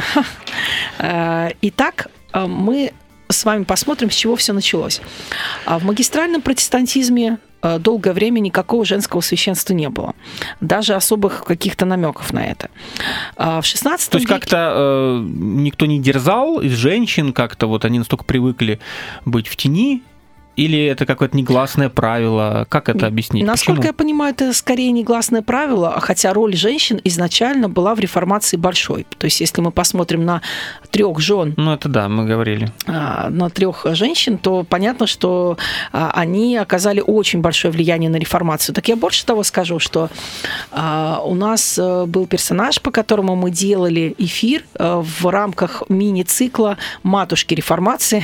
Итак, мы с вами посмотрим, с чего все началось. В магистральном протестантизме долгое время никакого женского священства не было. Даже особых каких-то намеков на это. В шестнадцатом То есть веке... как-то э, никто не дерзал из женщин, как-то вот они настолько привыкли быть в тени, или это какое-то негласное правило? Как это объяснить? Насколько Почему? я понимаю, это скорее негласное правило, хотя роль женщин изначально была в реформации большой. То есть, если мы посмотрим на трех жен, ну это да, мы говорили, на трех женщин, то понятно, что они оказали очень большое влияние на реформацию. Так я больше того скажу, что у нас был персонаж, по которому мы делали эфир в рамках мини-цикла «Матушки реформации»,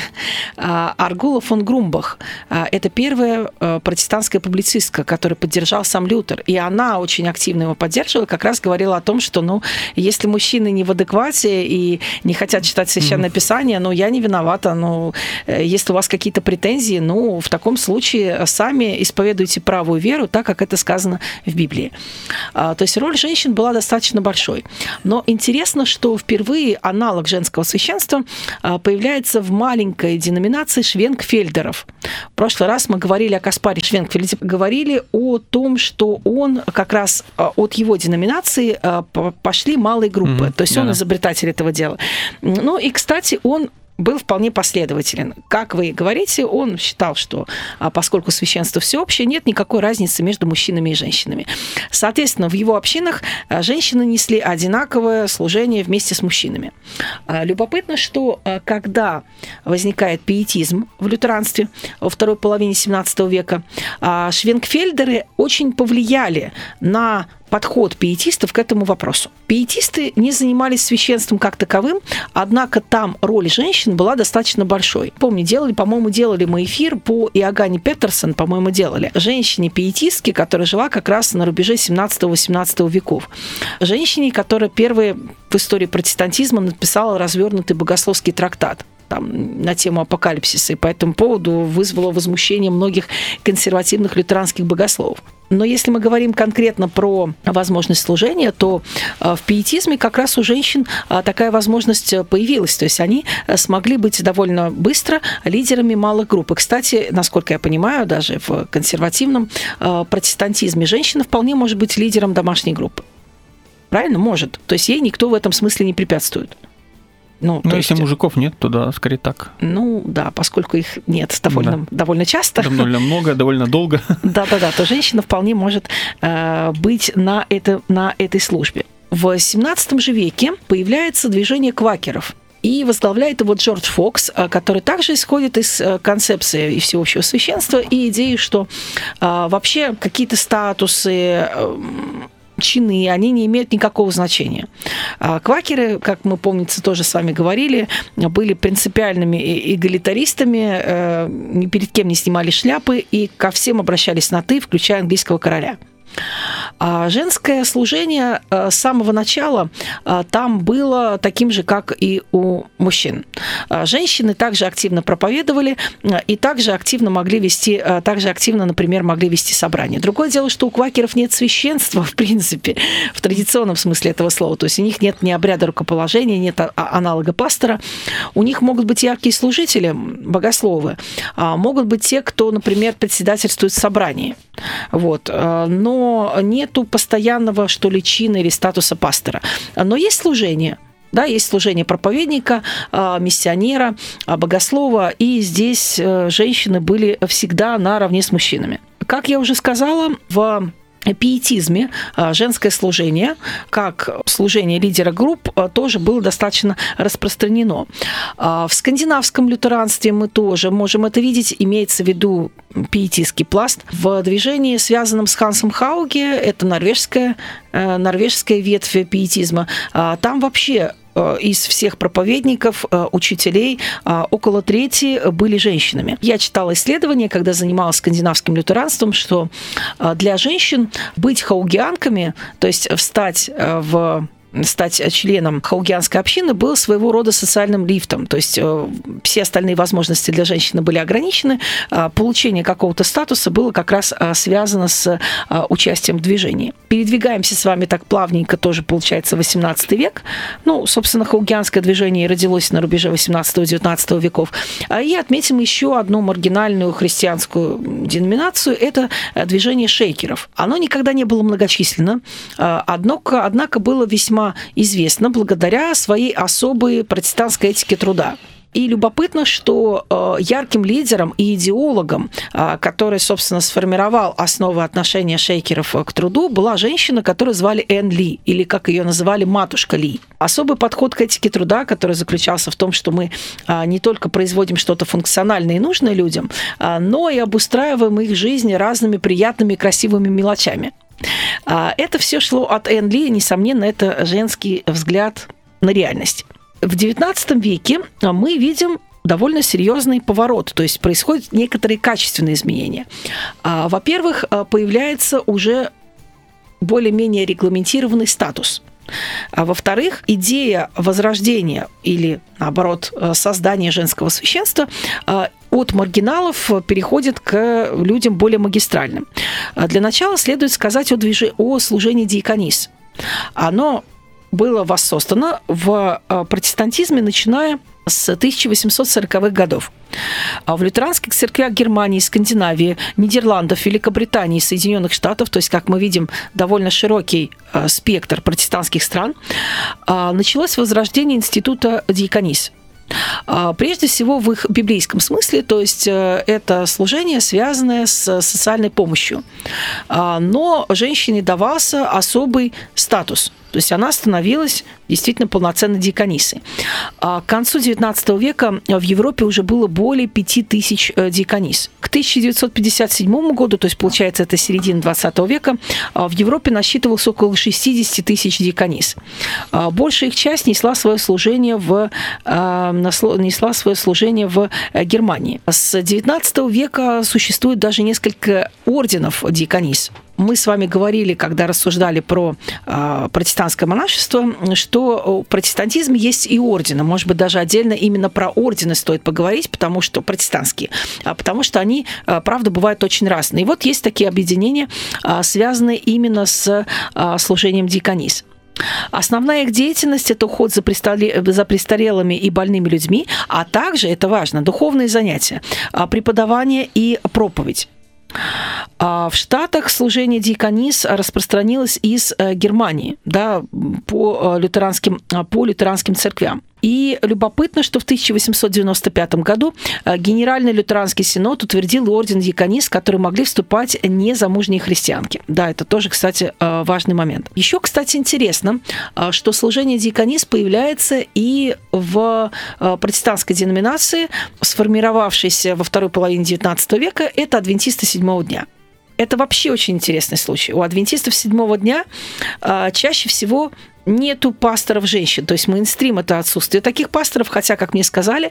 Аргула фон Грумбах. Это первая протестантская публицистка, которую поддержал сам Лютер. И она очень активно его поддерживала, как раз говорила о том, что ну, если мужчины не в адеквате и не хотят читать Священное mm-hmm. Писание, ну, я не виновата. Ну, если у вас какие-то претензии, ну, в таком случае сами исповедуйте правую веру, так, как это сказано в Библии. То есть роль женщин была достаточно большой. Но интересно, что впервые аналог женского священства появляется в маленькой деноминации швенгфельдеров. В прошлый раз мы говорили о Каспаре Швенгфельде, говорили о том, что он как раз от его деноминации пошли малые группы, mm-hmm. то есть да. он изобретатель этого дела. Ну и, кстати, он был вполне последователен. Как вы говорите, он считал, что поскольку священство всеобщее, нет никакой разницы между мужчинами и женщинами. Соответственно, в его общинах женщины несли одинаковое служение вместе с мужчинами. Любопытно, что когда возникает пиетизм в лютеранстве во второй половине семнадцатого века, швенгфельдеры очень повлияли на подход пиетистов к этому вопросу. Пиетисты не занимались священством как таковым, однако там роль женщин была достаточно большой. Помню, делали, по-моему, делали мы эфир по Иоганне Петерсон, по-моему, делали. Женщине-пиетистке, которая жила как раз на рубеже семнадцатого-восемнадцатого веков. Женщине, которая первой в истории протестантизма написала развернутый богословский трактат там, на тему апокалипсиса, и по этому поводу вызвало возмущение многих консервативных лютеранских богословов. Но если мы говорим конкретно про возможность служения, то в пиетизме как раз у женщин такая возможность появилась. То есть они смогли быть довольно быстро лидерами малых групп. И, кстати, насколько я понимаю, даже в консервативном протестантизме женщина вполне может быть лидером домашней группы. Правильно? Может. То есть ей никто в этом смысле не препятствует. Ну, ну есть, если мужиков нет, то да, скорее так. Ну, да, поскольку их нет довольно, да. довольно часто. Довольно много, довольно долго. Да-да-да, то женщина вполне может э, быть на, это, на этой службе. В семнадцатом же веке появляется движение квакеров. И возглавляет его Джордж Фокс, который также исходит из концепции и всеобщего священства, и идеи, что э, вообще какие-то статусы... Э, чины, они не имеют никакого значения. Квакеры, как мы, помнится, тоже с вами говорили, были принципиальными эгалитаристами, ни перед кем не снимали шляпы и ко всем обращались на «ты», включая английского короля. А женское служение с самого начала там было таким же, как и у мужчин. Женщины также активно проповедовали и также активно могли вести, также активно, например, могли вести собрания. Другое дело, что у квакеров нет священства, в принципе, в традиционном смысле этого слова. То есть у них нет ни обряда рукоположения, нет аналога пастора. У них могут быть яркие служители, богословы, могут быть те, кто, например, председательствует в собрании. Вот. Но нету постоянного, что ли, чина или статуса пастора. Но есть служение. Да, есть служение проповедника, миссионера, богослова, и здесь женщины были всегда наравне с мужчинами. Как я уже сказала, в пиетизме женское служение, как служение лидера групп, тоже было достаточно распространено. В скандинавском лютеранстве мы тоже можем это видеть, имеется в виду пиетистский пласт. В движении, связанном с Хансом Хауге, это норвежская, норвежская ветвь пиетизма, там вообще из всех проповедников, учителей, около трети были женщинами. Я читала исследования, когда занималась скандинавским лютеранством, что для женщин быть хаугианками, то есть встать в стать членом хаугианской общины, был своего рода социальным лифтом. То есть все остальные возможности для женщины были ограничены. Получение какого-то статуса было как раз связано с участием в движении. Передвигаемся с вами так плавненько, тоже получается восемнадцатый век. Ну, собственно, хаугианское движение родилось на рубеже восемнадцатого-девятнадцатого веков. И отметим еще одну маргинальную христианскую деноминацию. Это движение шейкеров. Оно никогда не было многочисленно, однако, однако было весьма известно благодаря своей особой протестантской этике труда. И любопытно, что ярким лидером и идеологом, который, собственно, сформировал основы отношения шейкеров к труду, была женщина, которую звали Энн Ли, или, как ее называли, матушка Ли. Особый подход к этике труда, который заключался в том, что мы не только производим что-то функциональное и нужное людям, но и обустраиваем их жизнь разными приятными и красивыми мелочами. Это все шло от Энн Ли, несомненно, это женский взгляд на реальность. В девятнадцатом веке мы видим довольно серьезный поворот, то есть происходят некоторые качественные изменения. Во-первых, появляется уже более-менее регламентированный статус. А во-вторых, идея возрождения или, наоборот, создания женского священства от маргиналов переходит к людям более магистральным. Для начала следует сказать о, движ... о служении диаконис. Оно было воссоздано в протестантизме, начиная с тысяча восемьсот сороковых годов. В лютеранских церквях Германии, Скандинавии, Нидерландов, Великобритании, Соединенных Штатов, то есть, как мы видим, довольно широкий спектр протестантских стран, началось возрождение института диаконис. Прежде всего в их библейском смысле, то есть это служение, связанное с социальной помощью. Но женщине давался особый статус. То есть она становилась действительно полноценной диаконисой. К концу девятнадцатого века в Европе уже было более пяти тысяч диаконис. К тысяча девятьсот пятьдесят седьмому году, то есть, получается, это середина двадцатого века, в Европе насчитывалось около шестьдесят тысяч диаконис. Большая их часть несла свое служение в, несла свое служение в Германии. С девятнадцатого века существует даже несколько орденов диаконис. Мы с вами говорили, когда рассуждали про э, протестантское монашество, что в протестантизме есть и ордены. Может быть, даже отдельно именно про ордены стоит поговорить, потому что протестантские, а потому что они, э, правда, бывают очень разные. И вот есть такие объединения, э, связанные именно с э, служением диаконис. Основная их деятельность – это уход за, престоле... за престарелыми и больными людьми, а также, это важно, духовные занятия, преподавание и проповедь. В Штатах служение диаконис распространилось из Германии, да, по лютеранским, по лютеранским церквям. И любопытно, что в тысяча восемьсот девяносто пятом году Генеральный лютеранский синод утвердил орден диаконис, в который могли вступать незамужние христианки. Да, это тоже, кстати, важный момент. Еще, кстати, интересно, что служение диаконис появляется и в протестантской деноминации, сформировавшейся во второй половине девятнадцатого века, это адвентисты седьмого дня. Это вообще очень интересный случай. У адвентистов седьмого дня чаще всего нету пасторов женщин, то есть мейнстрим – это отсутствие таких пасторов, хотя, как мне сказали,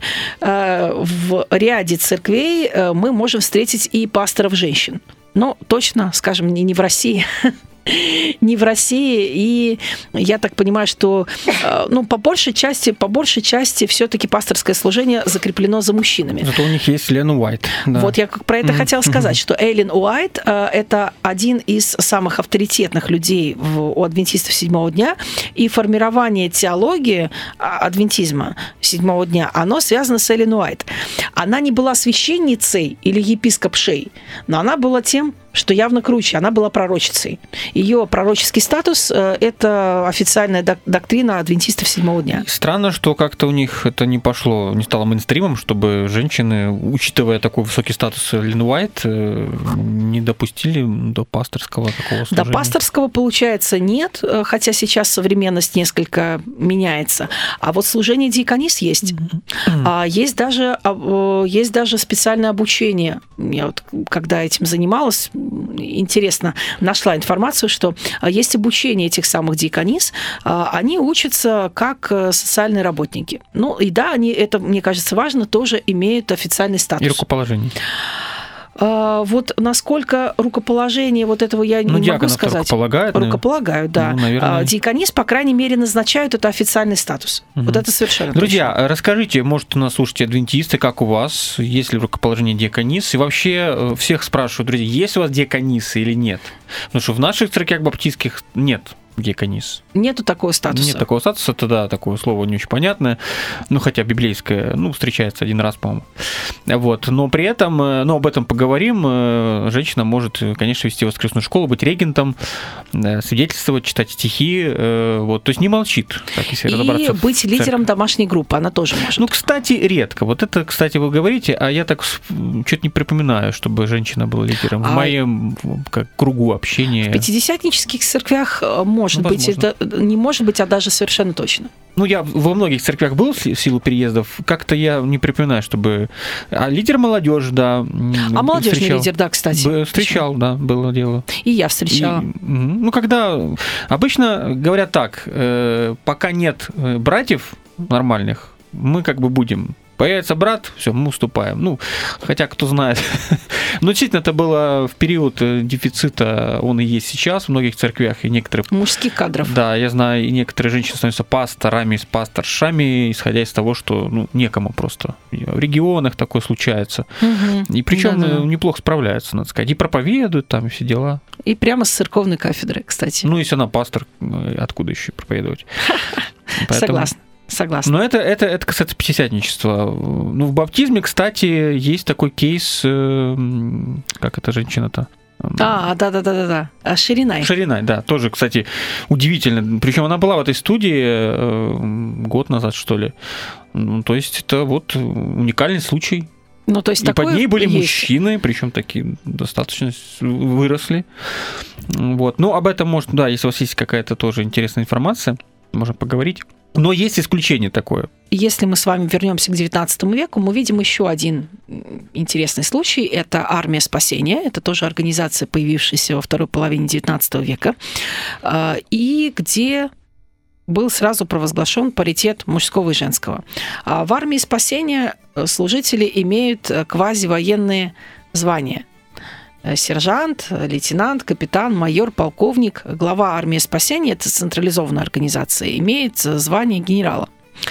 в ряде церквей мы можем встретить и пасторов женщин. Но точно, скажем, не в России. Не в России, и я так понимаю, что ну, по большей части, по большей части все-таки пасторское служение закреплено за мужчинами. Зато у них есть Эллен Уайт. Да. Вот я про это mm-hmm. хотела сказать, что Эллен Уайт – это один из самых авторитетных людей у адвентистов седьмого дня, и формирование теологии адвентизма седьмого дня, оно связано с Эллен Уайт. Она не была священницей или епископшей, но она была тем что явно круче. Она была пророчицей. Ее пророческий статус – это официальная док- доктрина адвентистов седьмого дня. Странно, что как-то у них это не пошло, не стало мейнстримом, чтобы женщины, учитывая такой высокий статус Лин Уайт, не допустили до пасторского такого служения. До пасторского, получается, нет, хотя сейчас современность несколько меняется. А вот служение диаконис есть. Mm-hmm. Есть даже, есть даже специальное обучение. Я вот, когда этим занималась, интересно, нашла информацию, что есть обучение этих самых диаконис, они учатся как социальные работники. Ну и да, они, это, мне кажется, важно, тоже имеют официальный статус. И рукоположение. Вот насколько рукоположение вот этого я ну, не могу сказать. Рукополагают? Рукополагают, да. Ну, наверное. Диаконис, по крайней мере, назначают это официальный статус. Угу. Вот это совершенно Друзья, точно. Расскажите, может, у нас слушайте адвентисты, как у вас, есть ли рукоположение диаконис? И вообще всех спрашивают, друзья, есть у вас диаконисы или нет? Потому что в наших церквях баптистских нет диаконис. Нету такого статуса. Нет такого статуса, это да, такое слово не очень понятное, ну, хотя библейское, ну, встречается один раз, по-моему. Вот, но при этом, ну, об этом поговорим, женщина может, конечно, вести воскресную школу, быть регентом, свидетельствовать, читать стихи, вот, то есть не молчит, так, если и разобраться. И быть лидером домашней группы, она тоже может. Ну, кстати, редко. Вот это, кстати, вы говорите, а я так что-то не припоминаю, чтобы женщина была лидером. В а... моем как, кругу общения. В пятидесятнических церквях может ну, быть, это не может быть, а даже совершенно точно. Ну, я во многих церквях был в силу переездов, как-то я не припоминаю, чтобы... А лидер молодежи, да. А молодежный встречал. Лидер, да, кстати. Встречал, да, было дело. И я встречала. И, ну, когда... Обычно говорят так, э, пока нет братьев нормальных, мы как бы будем... Появится брат, все, мы уступаем. Ну, хотя, кто знает. Но действительно, это было в период дефицита, он и есть сейчас в многих церквях, и некоторые... Мужских кадров. Да, я знаю, и некоторые женщины становятся пасторами, с пасторшами, исходя из того, что, ну, некому просто. В регионах такое случается. Угу. И причем да-да. неплохо справляются, надо сказать. И проповедуют там, и все дела. И прямо с церковной кафедры, кстати. Ну, если она пастор, откуда еще проповедовать? Согласна. Согласна. Но это, это, это касается пятидесятничества. Ну, в баптизме, кстати, есть такой кейс, как эта женщина-то? А, да-да-да-да. Ширинай. Ширинай, да. Тоже, кстати, удивительно. Причем она была в этой студии год назад, что ли. Ну, то есть это вот уникальный случай. Ну, то есть и под ней были есть. мужчины, причем такие достаточно выросли. Вот. Ну, об этом, может, да, если у вас есть какая-то тоже интересная информация, можем поговорить. Но есть исключение такое. Если мы с вами вернемся к девятнадцатому веку, мы видим еще один интересный случай. Это Армия спасения. Это тоже организация, появившаяся во второй половине девятнадцатого века. И где был сразу провозглашен паритет мужского и женского. В Армии спасения служители имеют квазивоенные звания. Сержант, лейтенант, капитан, майор, полковник, глава армии спасения, это централизованная организация, имеет звание генерала.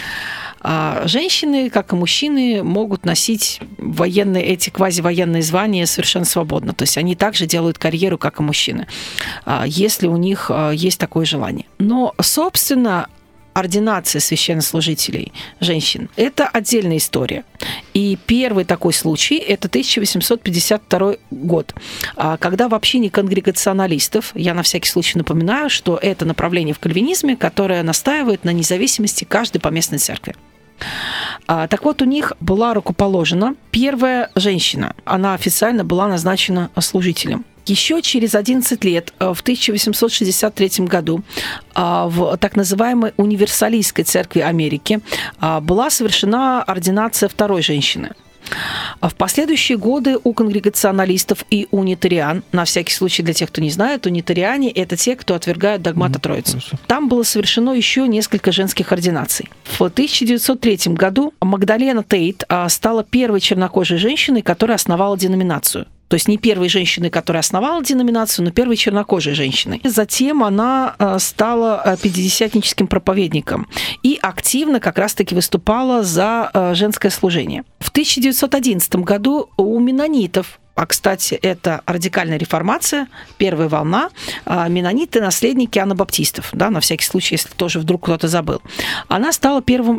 А женщины, как и мужчины, могут носить военные, эти квазивоенные звания совершенно свободно. То есть они также делают карьеру, как и мужчины, если у них есть такое желание. Но, собственно, ординация священнослужителей женщин – это отдельная история. И первый такой случай – это тысяча восемьсот пятьдесят второй год, когда в общине конгрегационалистов, я на всякий случай напоминаю, что это направление в кальвинизме, которое настаивает на независимости каждой поместной церкви. Так вот, у них была рукоположена первая женщина. Она официально была назначена служителем. Еще через одиннадцать лет, в тысяча восемьсот шестьдесят третьем году, в так называемой универсалистской церкви Америки была совершена ординация второй женщины. В последующие годы у конгрегационалистов и унитариан, на всякий случай для тех, кто не знает, унитариане – это те, кто отвергают догмата mm-hmm. Троицы. Там было совершено еще несколько женских ординаций. В тысяча девятьсот третьем году Магдалена Тейт стала первой чернокожей женщиной, которая основала деноминацию. То есть не первой женщиной, которая основала деноминацию, но первой чернокожей женщиной. Затем она стала пятидесятническим проповедником и активно как раз-таки выступала за женское служение. В тысяча девятьсот одиннадцатом году у меннонитов, а, кстати, это радикальная реформация, первая волна, меннониты – наследники анабаптистов, да, на всякий случай, если тоже вдруг кто-то забыл. Она стала первым,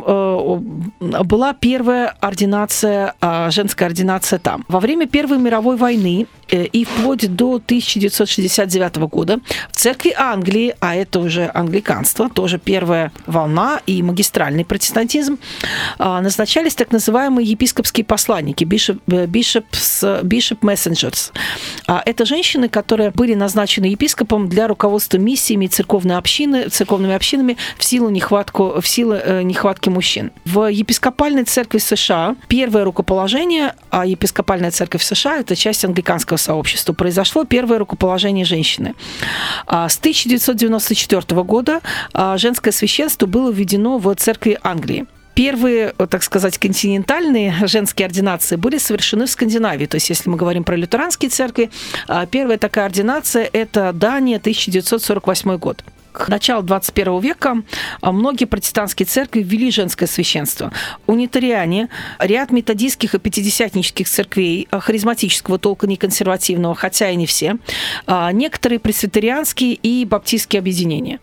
была первая ординация, женская ординация там. Во время Первой мировой войны и вплоть до тысяча девятьсот шестьдесят девятого года в церкви Англии, а это уже англиканство, тоже первая волна и магистральный протестантизм, назначались так называемые епископские посланники, bishop, bishops, bishop messengers. Это женщины, которые были назначены епископом для руководства миссиями церковной общины, церковными общинами в силу, нехватку, в силу нехватки мужчин. В епископальной церкви США первое рукоположение, а епископальная церковь США – это часть англиканского сообщества, произошло первое рукоположение женщины. С тысяча девятьсот девяносто четвёртого года женское священство было введено в церкви Англии. Первые, так сказать, континентальные женские ординации были совершены в Скандинавии. То есть, если мы говорим про лютеранские церкви, первая такая ординация – это Дания, тысяча девятьсот сорок восьмой год. К началу двадцать первого века многие протестантские церкви ввели женское священство. Унитариане, ряд методистских и пятидесятнических церквей харизматического толка, не консервативного, хотя и не все, некоторые пресвитерианские и баптистские объединения.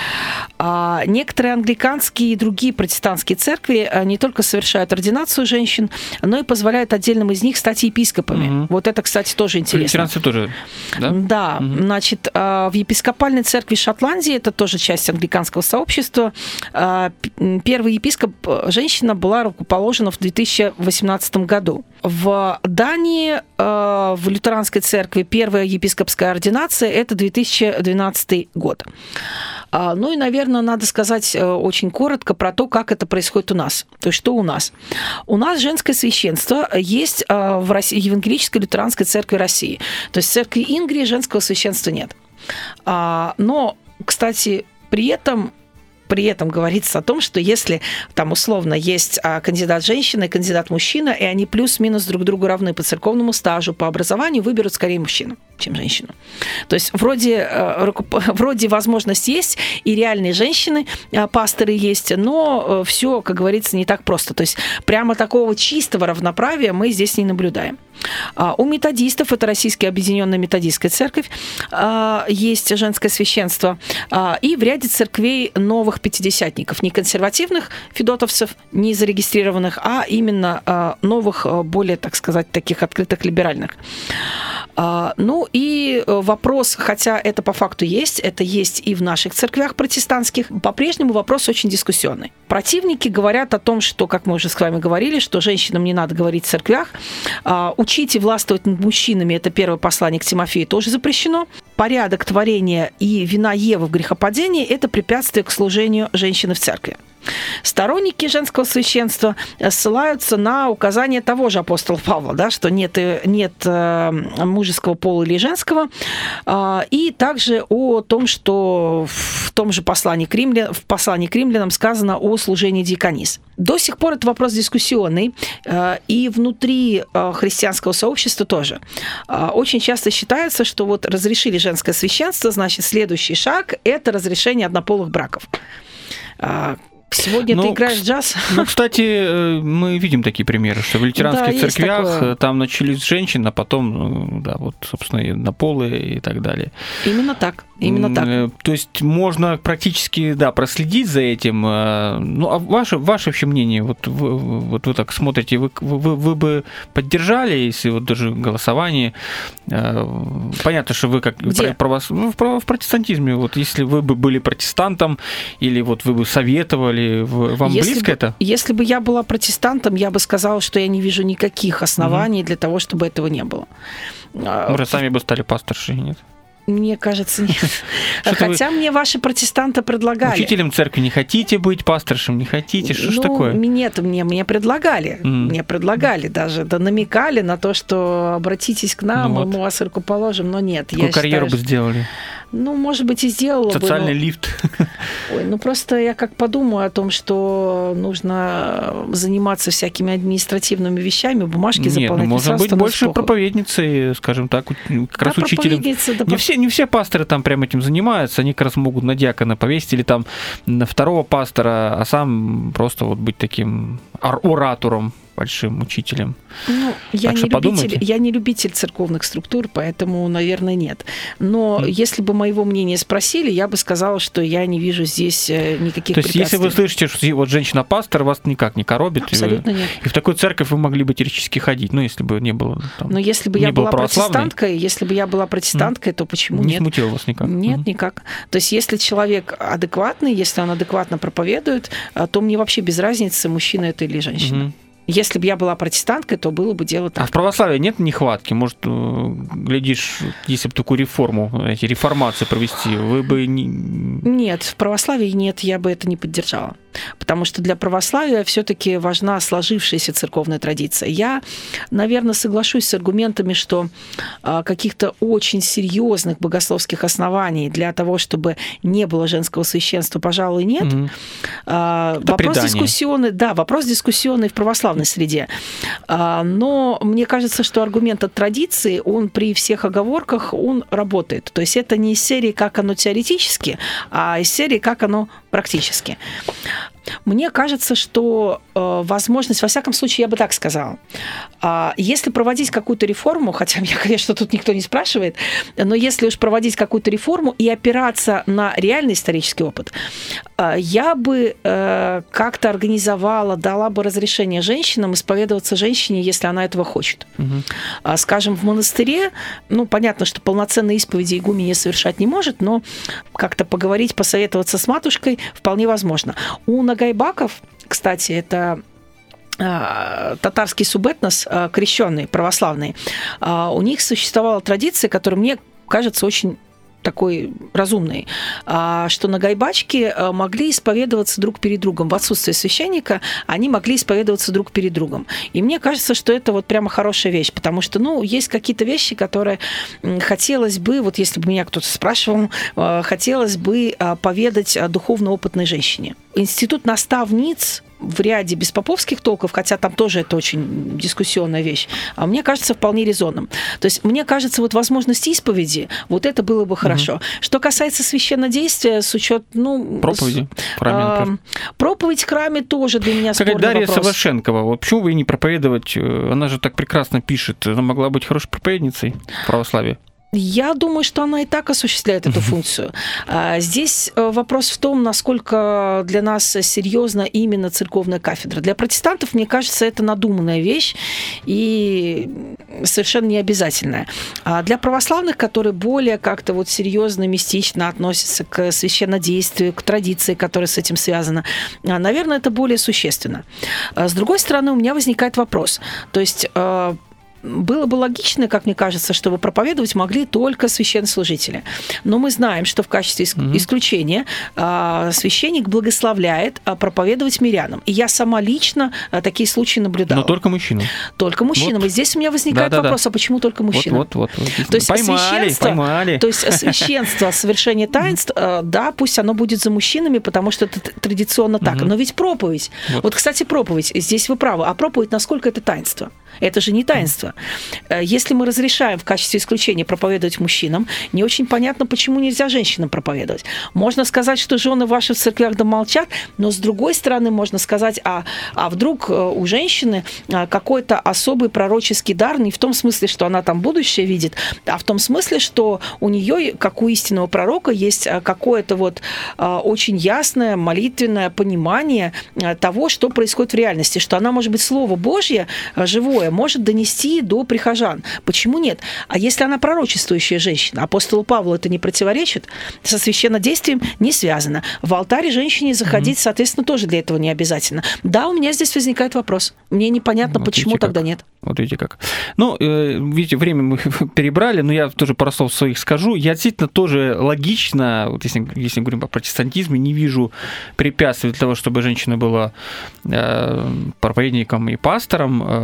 А некоторые англиканские и другие протестантские церкви не только совершают ординацию женщин, но и позволяют отдельным из них стать епископами. Угу. Вот это, кстати, тоже интересно. Лютеранцы тоже, да? Да. Угу. Значит, в епископальной церкви Шотландии, это тоже часть англиканского сообщества, первый епископ, женщина, была рукоположена в две тысячи восемнадцатом году. В Дании, в лютеранской церкви, первая епископская ординация – это две тысячи двенадцатый год. Ну и, наверное, надо сказать очень коротко про то, как это происходит у нас. То есть, что у нас? У нас женское священство есть в России, Евангелической лютеранской церкви России. То есть, в церкви Ингрии женского священства нет. Но, кстати, при этом... При этом говорится о том, что если там условно есть кандидат женщина и кандидат мужчина, и они плюс-минус друг другу равны по церковному стажу, по образованию, выберут скорее мужчину, чем женщину. То есть вроде, вроде возможность есть, и реальные женщины, пасторы есть, но все, как говорится, не так просто. То есть прямо такого чистого равноправия мы здесь не наблюдаем. У методистов, это Российская объединенная методистская церковь, есть женское священство, и в ряде церквей новых пятидесятников, не консервативных федотовцев, не зарегистрированных, а именно новых, более, так сказать, таких открытых либеральных. Ну и вопрос, хотя это по факту есть, это есть и в наших церквях протестантских, по-прежнему вопрос очень дискуссионный. Противники говорят о том, что, как мы уже с вами говорили, что женщинам не надо говорить в церквях, учить и властвовать над мужчинами, это первое послание к Тимофею, тоже запрещено. Порядок творения и вина Евы в грехопадении – это препятствие к служению женщины в церкви. Сторонники женского священства ссылаются на указание того же апостола Павла, да, что нет, нет мужеского пола или женского, и также о том, что в том же послании к римлянам, в послании к римлянам сказано о служении диаконис. До сих пор это вопрос дискуссионный, и внутри христианского сообщества тоже. Очень часто считается, что вот разрешили женское священство, значит, следующий шаг – это разрешение однополых браков. Сегодня ну, ты играешь в джаз? Ну, кстати, мы видим такие примеры, что в лютеранских да, церквях там начались женщины, а потом, да, вот, собственно, однополые и так далее. Именно так. Именно так. То есть можно практически, да, проследить за этим. Ну, а ваше, ваше вообще мнение, вот вы, вот вы так смотрите, вы, вы, вы бы поддержали, если вот даже голосование, понятно, что вы как Где? про вас, ну, в, в протестантизме, вот если вы бы были протестантом, или вот вы бы советовали, вам если близко бы, это? Если бы я была протестантом, я бы сказала, что я не вижу никаких оснований угу. для того, чтобы этого не было. Может, сами бы стали пасторшей, нет? Мне кажется, нет. Хотя вы... мне ваши протестанты предлагали. Учителем церкви не хотите быть, пасторшем не хотите? Что ну, ж такое? Нет, мне, мне предлагали. Mm. Мне предлагали даже, да намекали на то, что обратитесь к нам, ну, вот. мы вас руку положим, но нет. Какую я карьеру считаю, бы сделали? Ну, может быть, и сделала Социальный бы. Социальный но... лифт. Ой, ну просто я как подумаю о том, что нужно заниматься всякими административными вещами, бумажки Нет, заполнять. Ну, можно быть больше плохо. проповедницей, скажем так, как да, раз учителем. Да, не, все, не все пасторы там прям этим занимаются, они как раз могут на диакона повесить или там на второго пастора, а сам просто вот быть таким оратором. большим учителем. Ну, я, не любитель, я не любитель церковных структур, поэтому, наверное, нет. Но mm. если бы моего мнения спросили, я бы сказала, что я не вижу здесь никаких То есть, препятствий. если вы слышите, что вот женщина-пастор, вас никак не коробит? Абсолютно и вы, нет. И в такую церковь вы могли бы теоретически ходить, ну, если бы не было там, Но если бы я была протестанткой, если бы я была протестанткой, mm. то почему не нет? Не смутило вас никак? Нет, mm. никак. То есть, если человек адекватный, если он адекватно проповедует, то мне вообще без разницы, мужчина это или женщина. Mm-hmm. Если бы я была протестанткой, то было бы дело так. А в православии нет нехватки? Может, глядишь, если бы такую реформу, эти реформации провести, вы бы не... Нет, в православии нет, я бы это не поддержала. Потому что для православия все-таки важна сложившаяся церковная традиция. Я, наверное, соглашусь с аргументами, что каких-то очень серьезных богословских оснований для того, чтобы не было женского священства, пожалуй, нет. Mm-hmm. Вопрос предание. дискуссионный, да, вопрос дискуссионный в православной среде. Но мне кажется, что аргумент от традиции, он при всех оговорках, он работает. То есть это не из серии, как оно теоретически, а из серии, как оно практически. Мне кажется, что э, возможность, во всяком случае, я бы так сказала, э, если проводить какую-то реформу, хотя меня, конечно, тут никто не спрашивает, но если уж проводить какую-то реформу и опираться на реальный исторический опыт, э, я бы э, как-то организовала, дала бы разрешение женщинам исповедоваться женщине, если она этого хочет. Угу. Э, скажем, в монастыре, ну, понятно, что полноценной исповеди игуменья совершать не может, но как-то поговорить, посоветоваться с матушкой вполне возможно. У нагайбаков, кстати, это татарский субэтнос, крещенный, православный, у них существовала традиция, которая мне кажется очень такой разумный, что нагайбачки могли исповедоваться друг перед другом. В отсутствие священника они могли исповедоваться друг перед другом. И мне кажется, что это вот прямо хорошая вещь, потому что, ну, есть какие-то вещи, которые хотелось бы, вот если бы меня кто-то спрашивал, хотелось бы поведать духовно опытной женщине. Институт наставниц в ряде беспоповских толков, хотя там тоже это очень дискуссионная вещь, а мне кажется вполне резонным. То есть мне кажется, вот возможность исповеди, вот это было бы хорошо. Угу. Что касается священнодействия, с учетом, ну... Проповеди в храме, например. Проповедь в храме тоже для меня спорный Дарья вопрос. Дарья Савашенкова, вот почему бы и не проповедовать? Она же так прекрасно пишет. Она могла быть хорошей проповедницей в православии. Я думаю, что она и так осуществляет эту функцию. Здесь вопрос в том, насколько для нас серьезна именно церковная кафедра. Для протестантов, мне кажется, это надуманная вещь и совершенно не обязательная. А для православных, которые более как-то вот серьезно, мистично относятся к священнодействию, к традиции, которая с этим связана, наверное, это более существенно. С другой стороны, у меня возникает вопрос. То есть было бы логично, как мне кажется, чтобы проповедовать могли только священнослужители. Но мы знаем, что в качестве исключения mm-hmm. священник благословляет проповедовать мирянам. И я сама лично такие случаи наблюдала. Но только мужчинам. Только мужчинам. Вот. И здесь у меня возникает да, вопрос, да, да. а почему только мужчинам? Вот, вот, вот. То есть поймали, поймали. То есть священство, совершение таинств, да, пусть оно будет за мужчинами, потому что это традиционно так. Mm-hmm. Но ведь проповедь. Вот. вот, кстати, проповедь. Здесь вы правы. А проповедь, насколько это таинство? Это же не таинство. Если мы разрешаем в качестве исключения проповедовать мужчинам, не очень понятно, почему нельзя женщинам проповедовать. Можно сказать, что жены ваши в церквях да молчат, но с другой стороны можно сказать, а, а вдруг у женщины какой-то особый пророческий дар, не в том смысле, что она там будущее видит, а в том смысле, что у нее, как у истинного пророка, есть какое-то вот очень ясное молитвенное понимание того, что происходит в реальности, что она, может быть, Слово Божье живое может донести до прихожан. Почему нет? А если она пророчествующая женщина, апостолу Павлу это не противоречит, со священнодействием не связано. В алтаре женщине заходить, mm-hmm. соответственно, тоже для этого не обязательно. Да, у меня здесь возникает вопрос. Мне непонятно, вот почему тогда как. нет. Вот видите как. Ну, видите, время мы перебрали, но я тоже пару слов своих скажу. Я действительно тоже логично, вот если, если говорим о протестантизме, не вижу препятствий для того, чтобы женщина была проповедником и пастором, ну,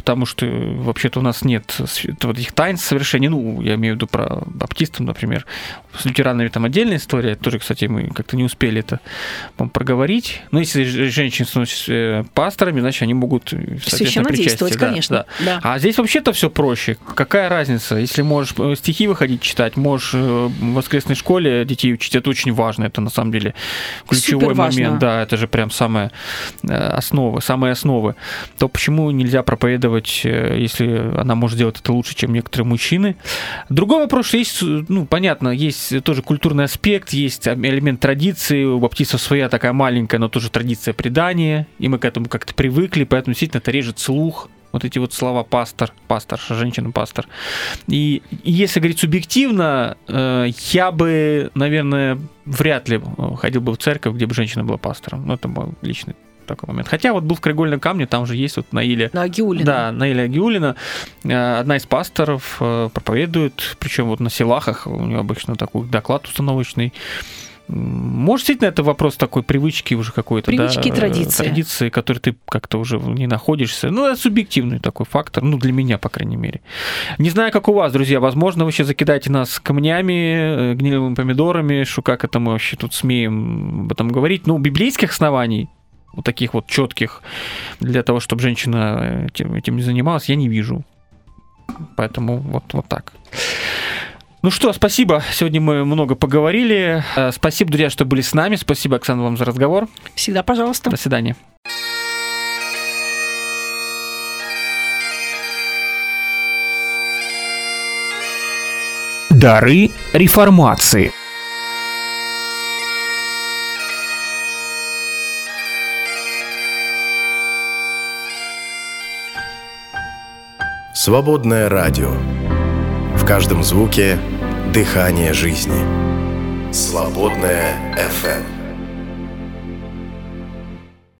потому что вообще-то у нас нет вот этих таинств совершения. Ну, я имею в виду про баптистов, например. С лютеранами там отдельная история. Тоже, кстати, мы как-то не успели это проговорить. Но если женщины становятся пасторами, значит, они могут, соответственно, причастие. Да, конечно. Да. Да. А здесь вообще-то все проще. Какая разница? Если можешь стихи выходить читать, можешь в воскресной школе детей учить, это очень важно. Это, на самом деле, ключевой момент. Да, это же прям самая основа, самые основы. То почему нельзя проповедовать, если она может делать это лучше, чем некоторые мужчины? Другой вопрос, что есть, ну, понятно, есть тоже культурный аспект, есть элемент традиции, у баптистов своя такая маленькая, но тоже традиция предания, и мы к этому как-то привыкли, поэтому действительно это режет слух, вот эти вот слова пастор, пасторша, женщина-пастор. И, и если говорить субъективно, э, я бы, наверное, вряд ли ходил бы в церковь, где бы женщина была пастором. Ну, это мой личный такой момент. Хотя вот был в Краеугольном камне, там же есть вот Наиля... На Агиулина. Да, Наиля Агиулина, одна из пасторов, проповедует, причем вот на силахах, у нее обычно такой доклад установочный. Может, действительно, это вопрос такой привычки уже какой-то, привычки да, и традиции. Традиции, которые ты как-то уже не находишься. Ну, это субъективный такой фактор, ну, для меня, по крайней мере. Не знаю, как у вас, друзья, возможно, вы сейчас закидаете нас камнями, гнилыми помидорами, что как это мы вообще тут смеем об этом говорить. Ну, библейских оснований, вот таких вот четких, для того, чтобы женщина этим, этим не занималась, я не вижу. Поэтому вот, вот так. Ну что, спасибо. Сегодня мы много поговорили. Спасибо, друзья, что были с нами. Спасибо, Оксана, вам за разговор. Всегда пожалуйста. До свидания. Дары реформации. Свободное радио. В каждом звуке дыхание жизни. Свободное эф эм.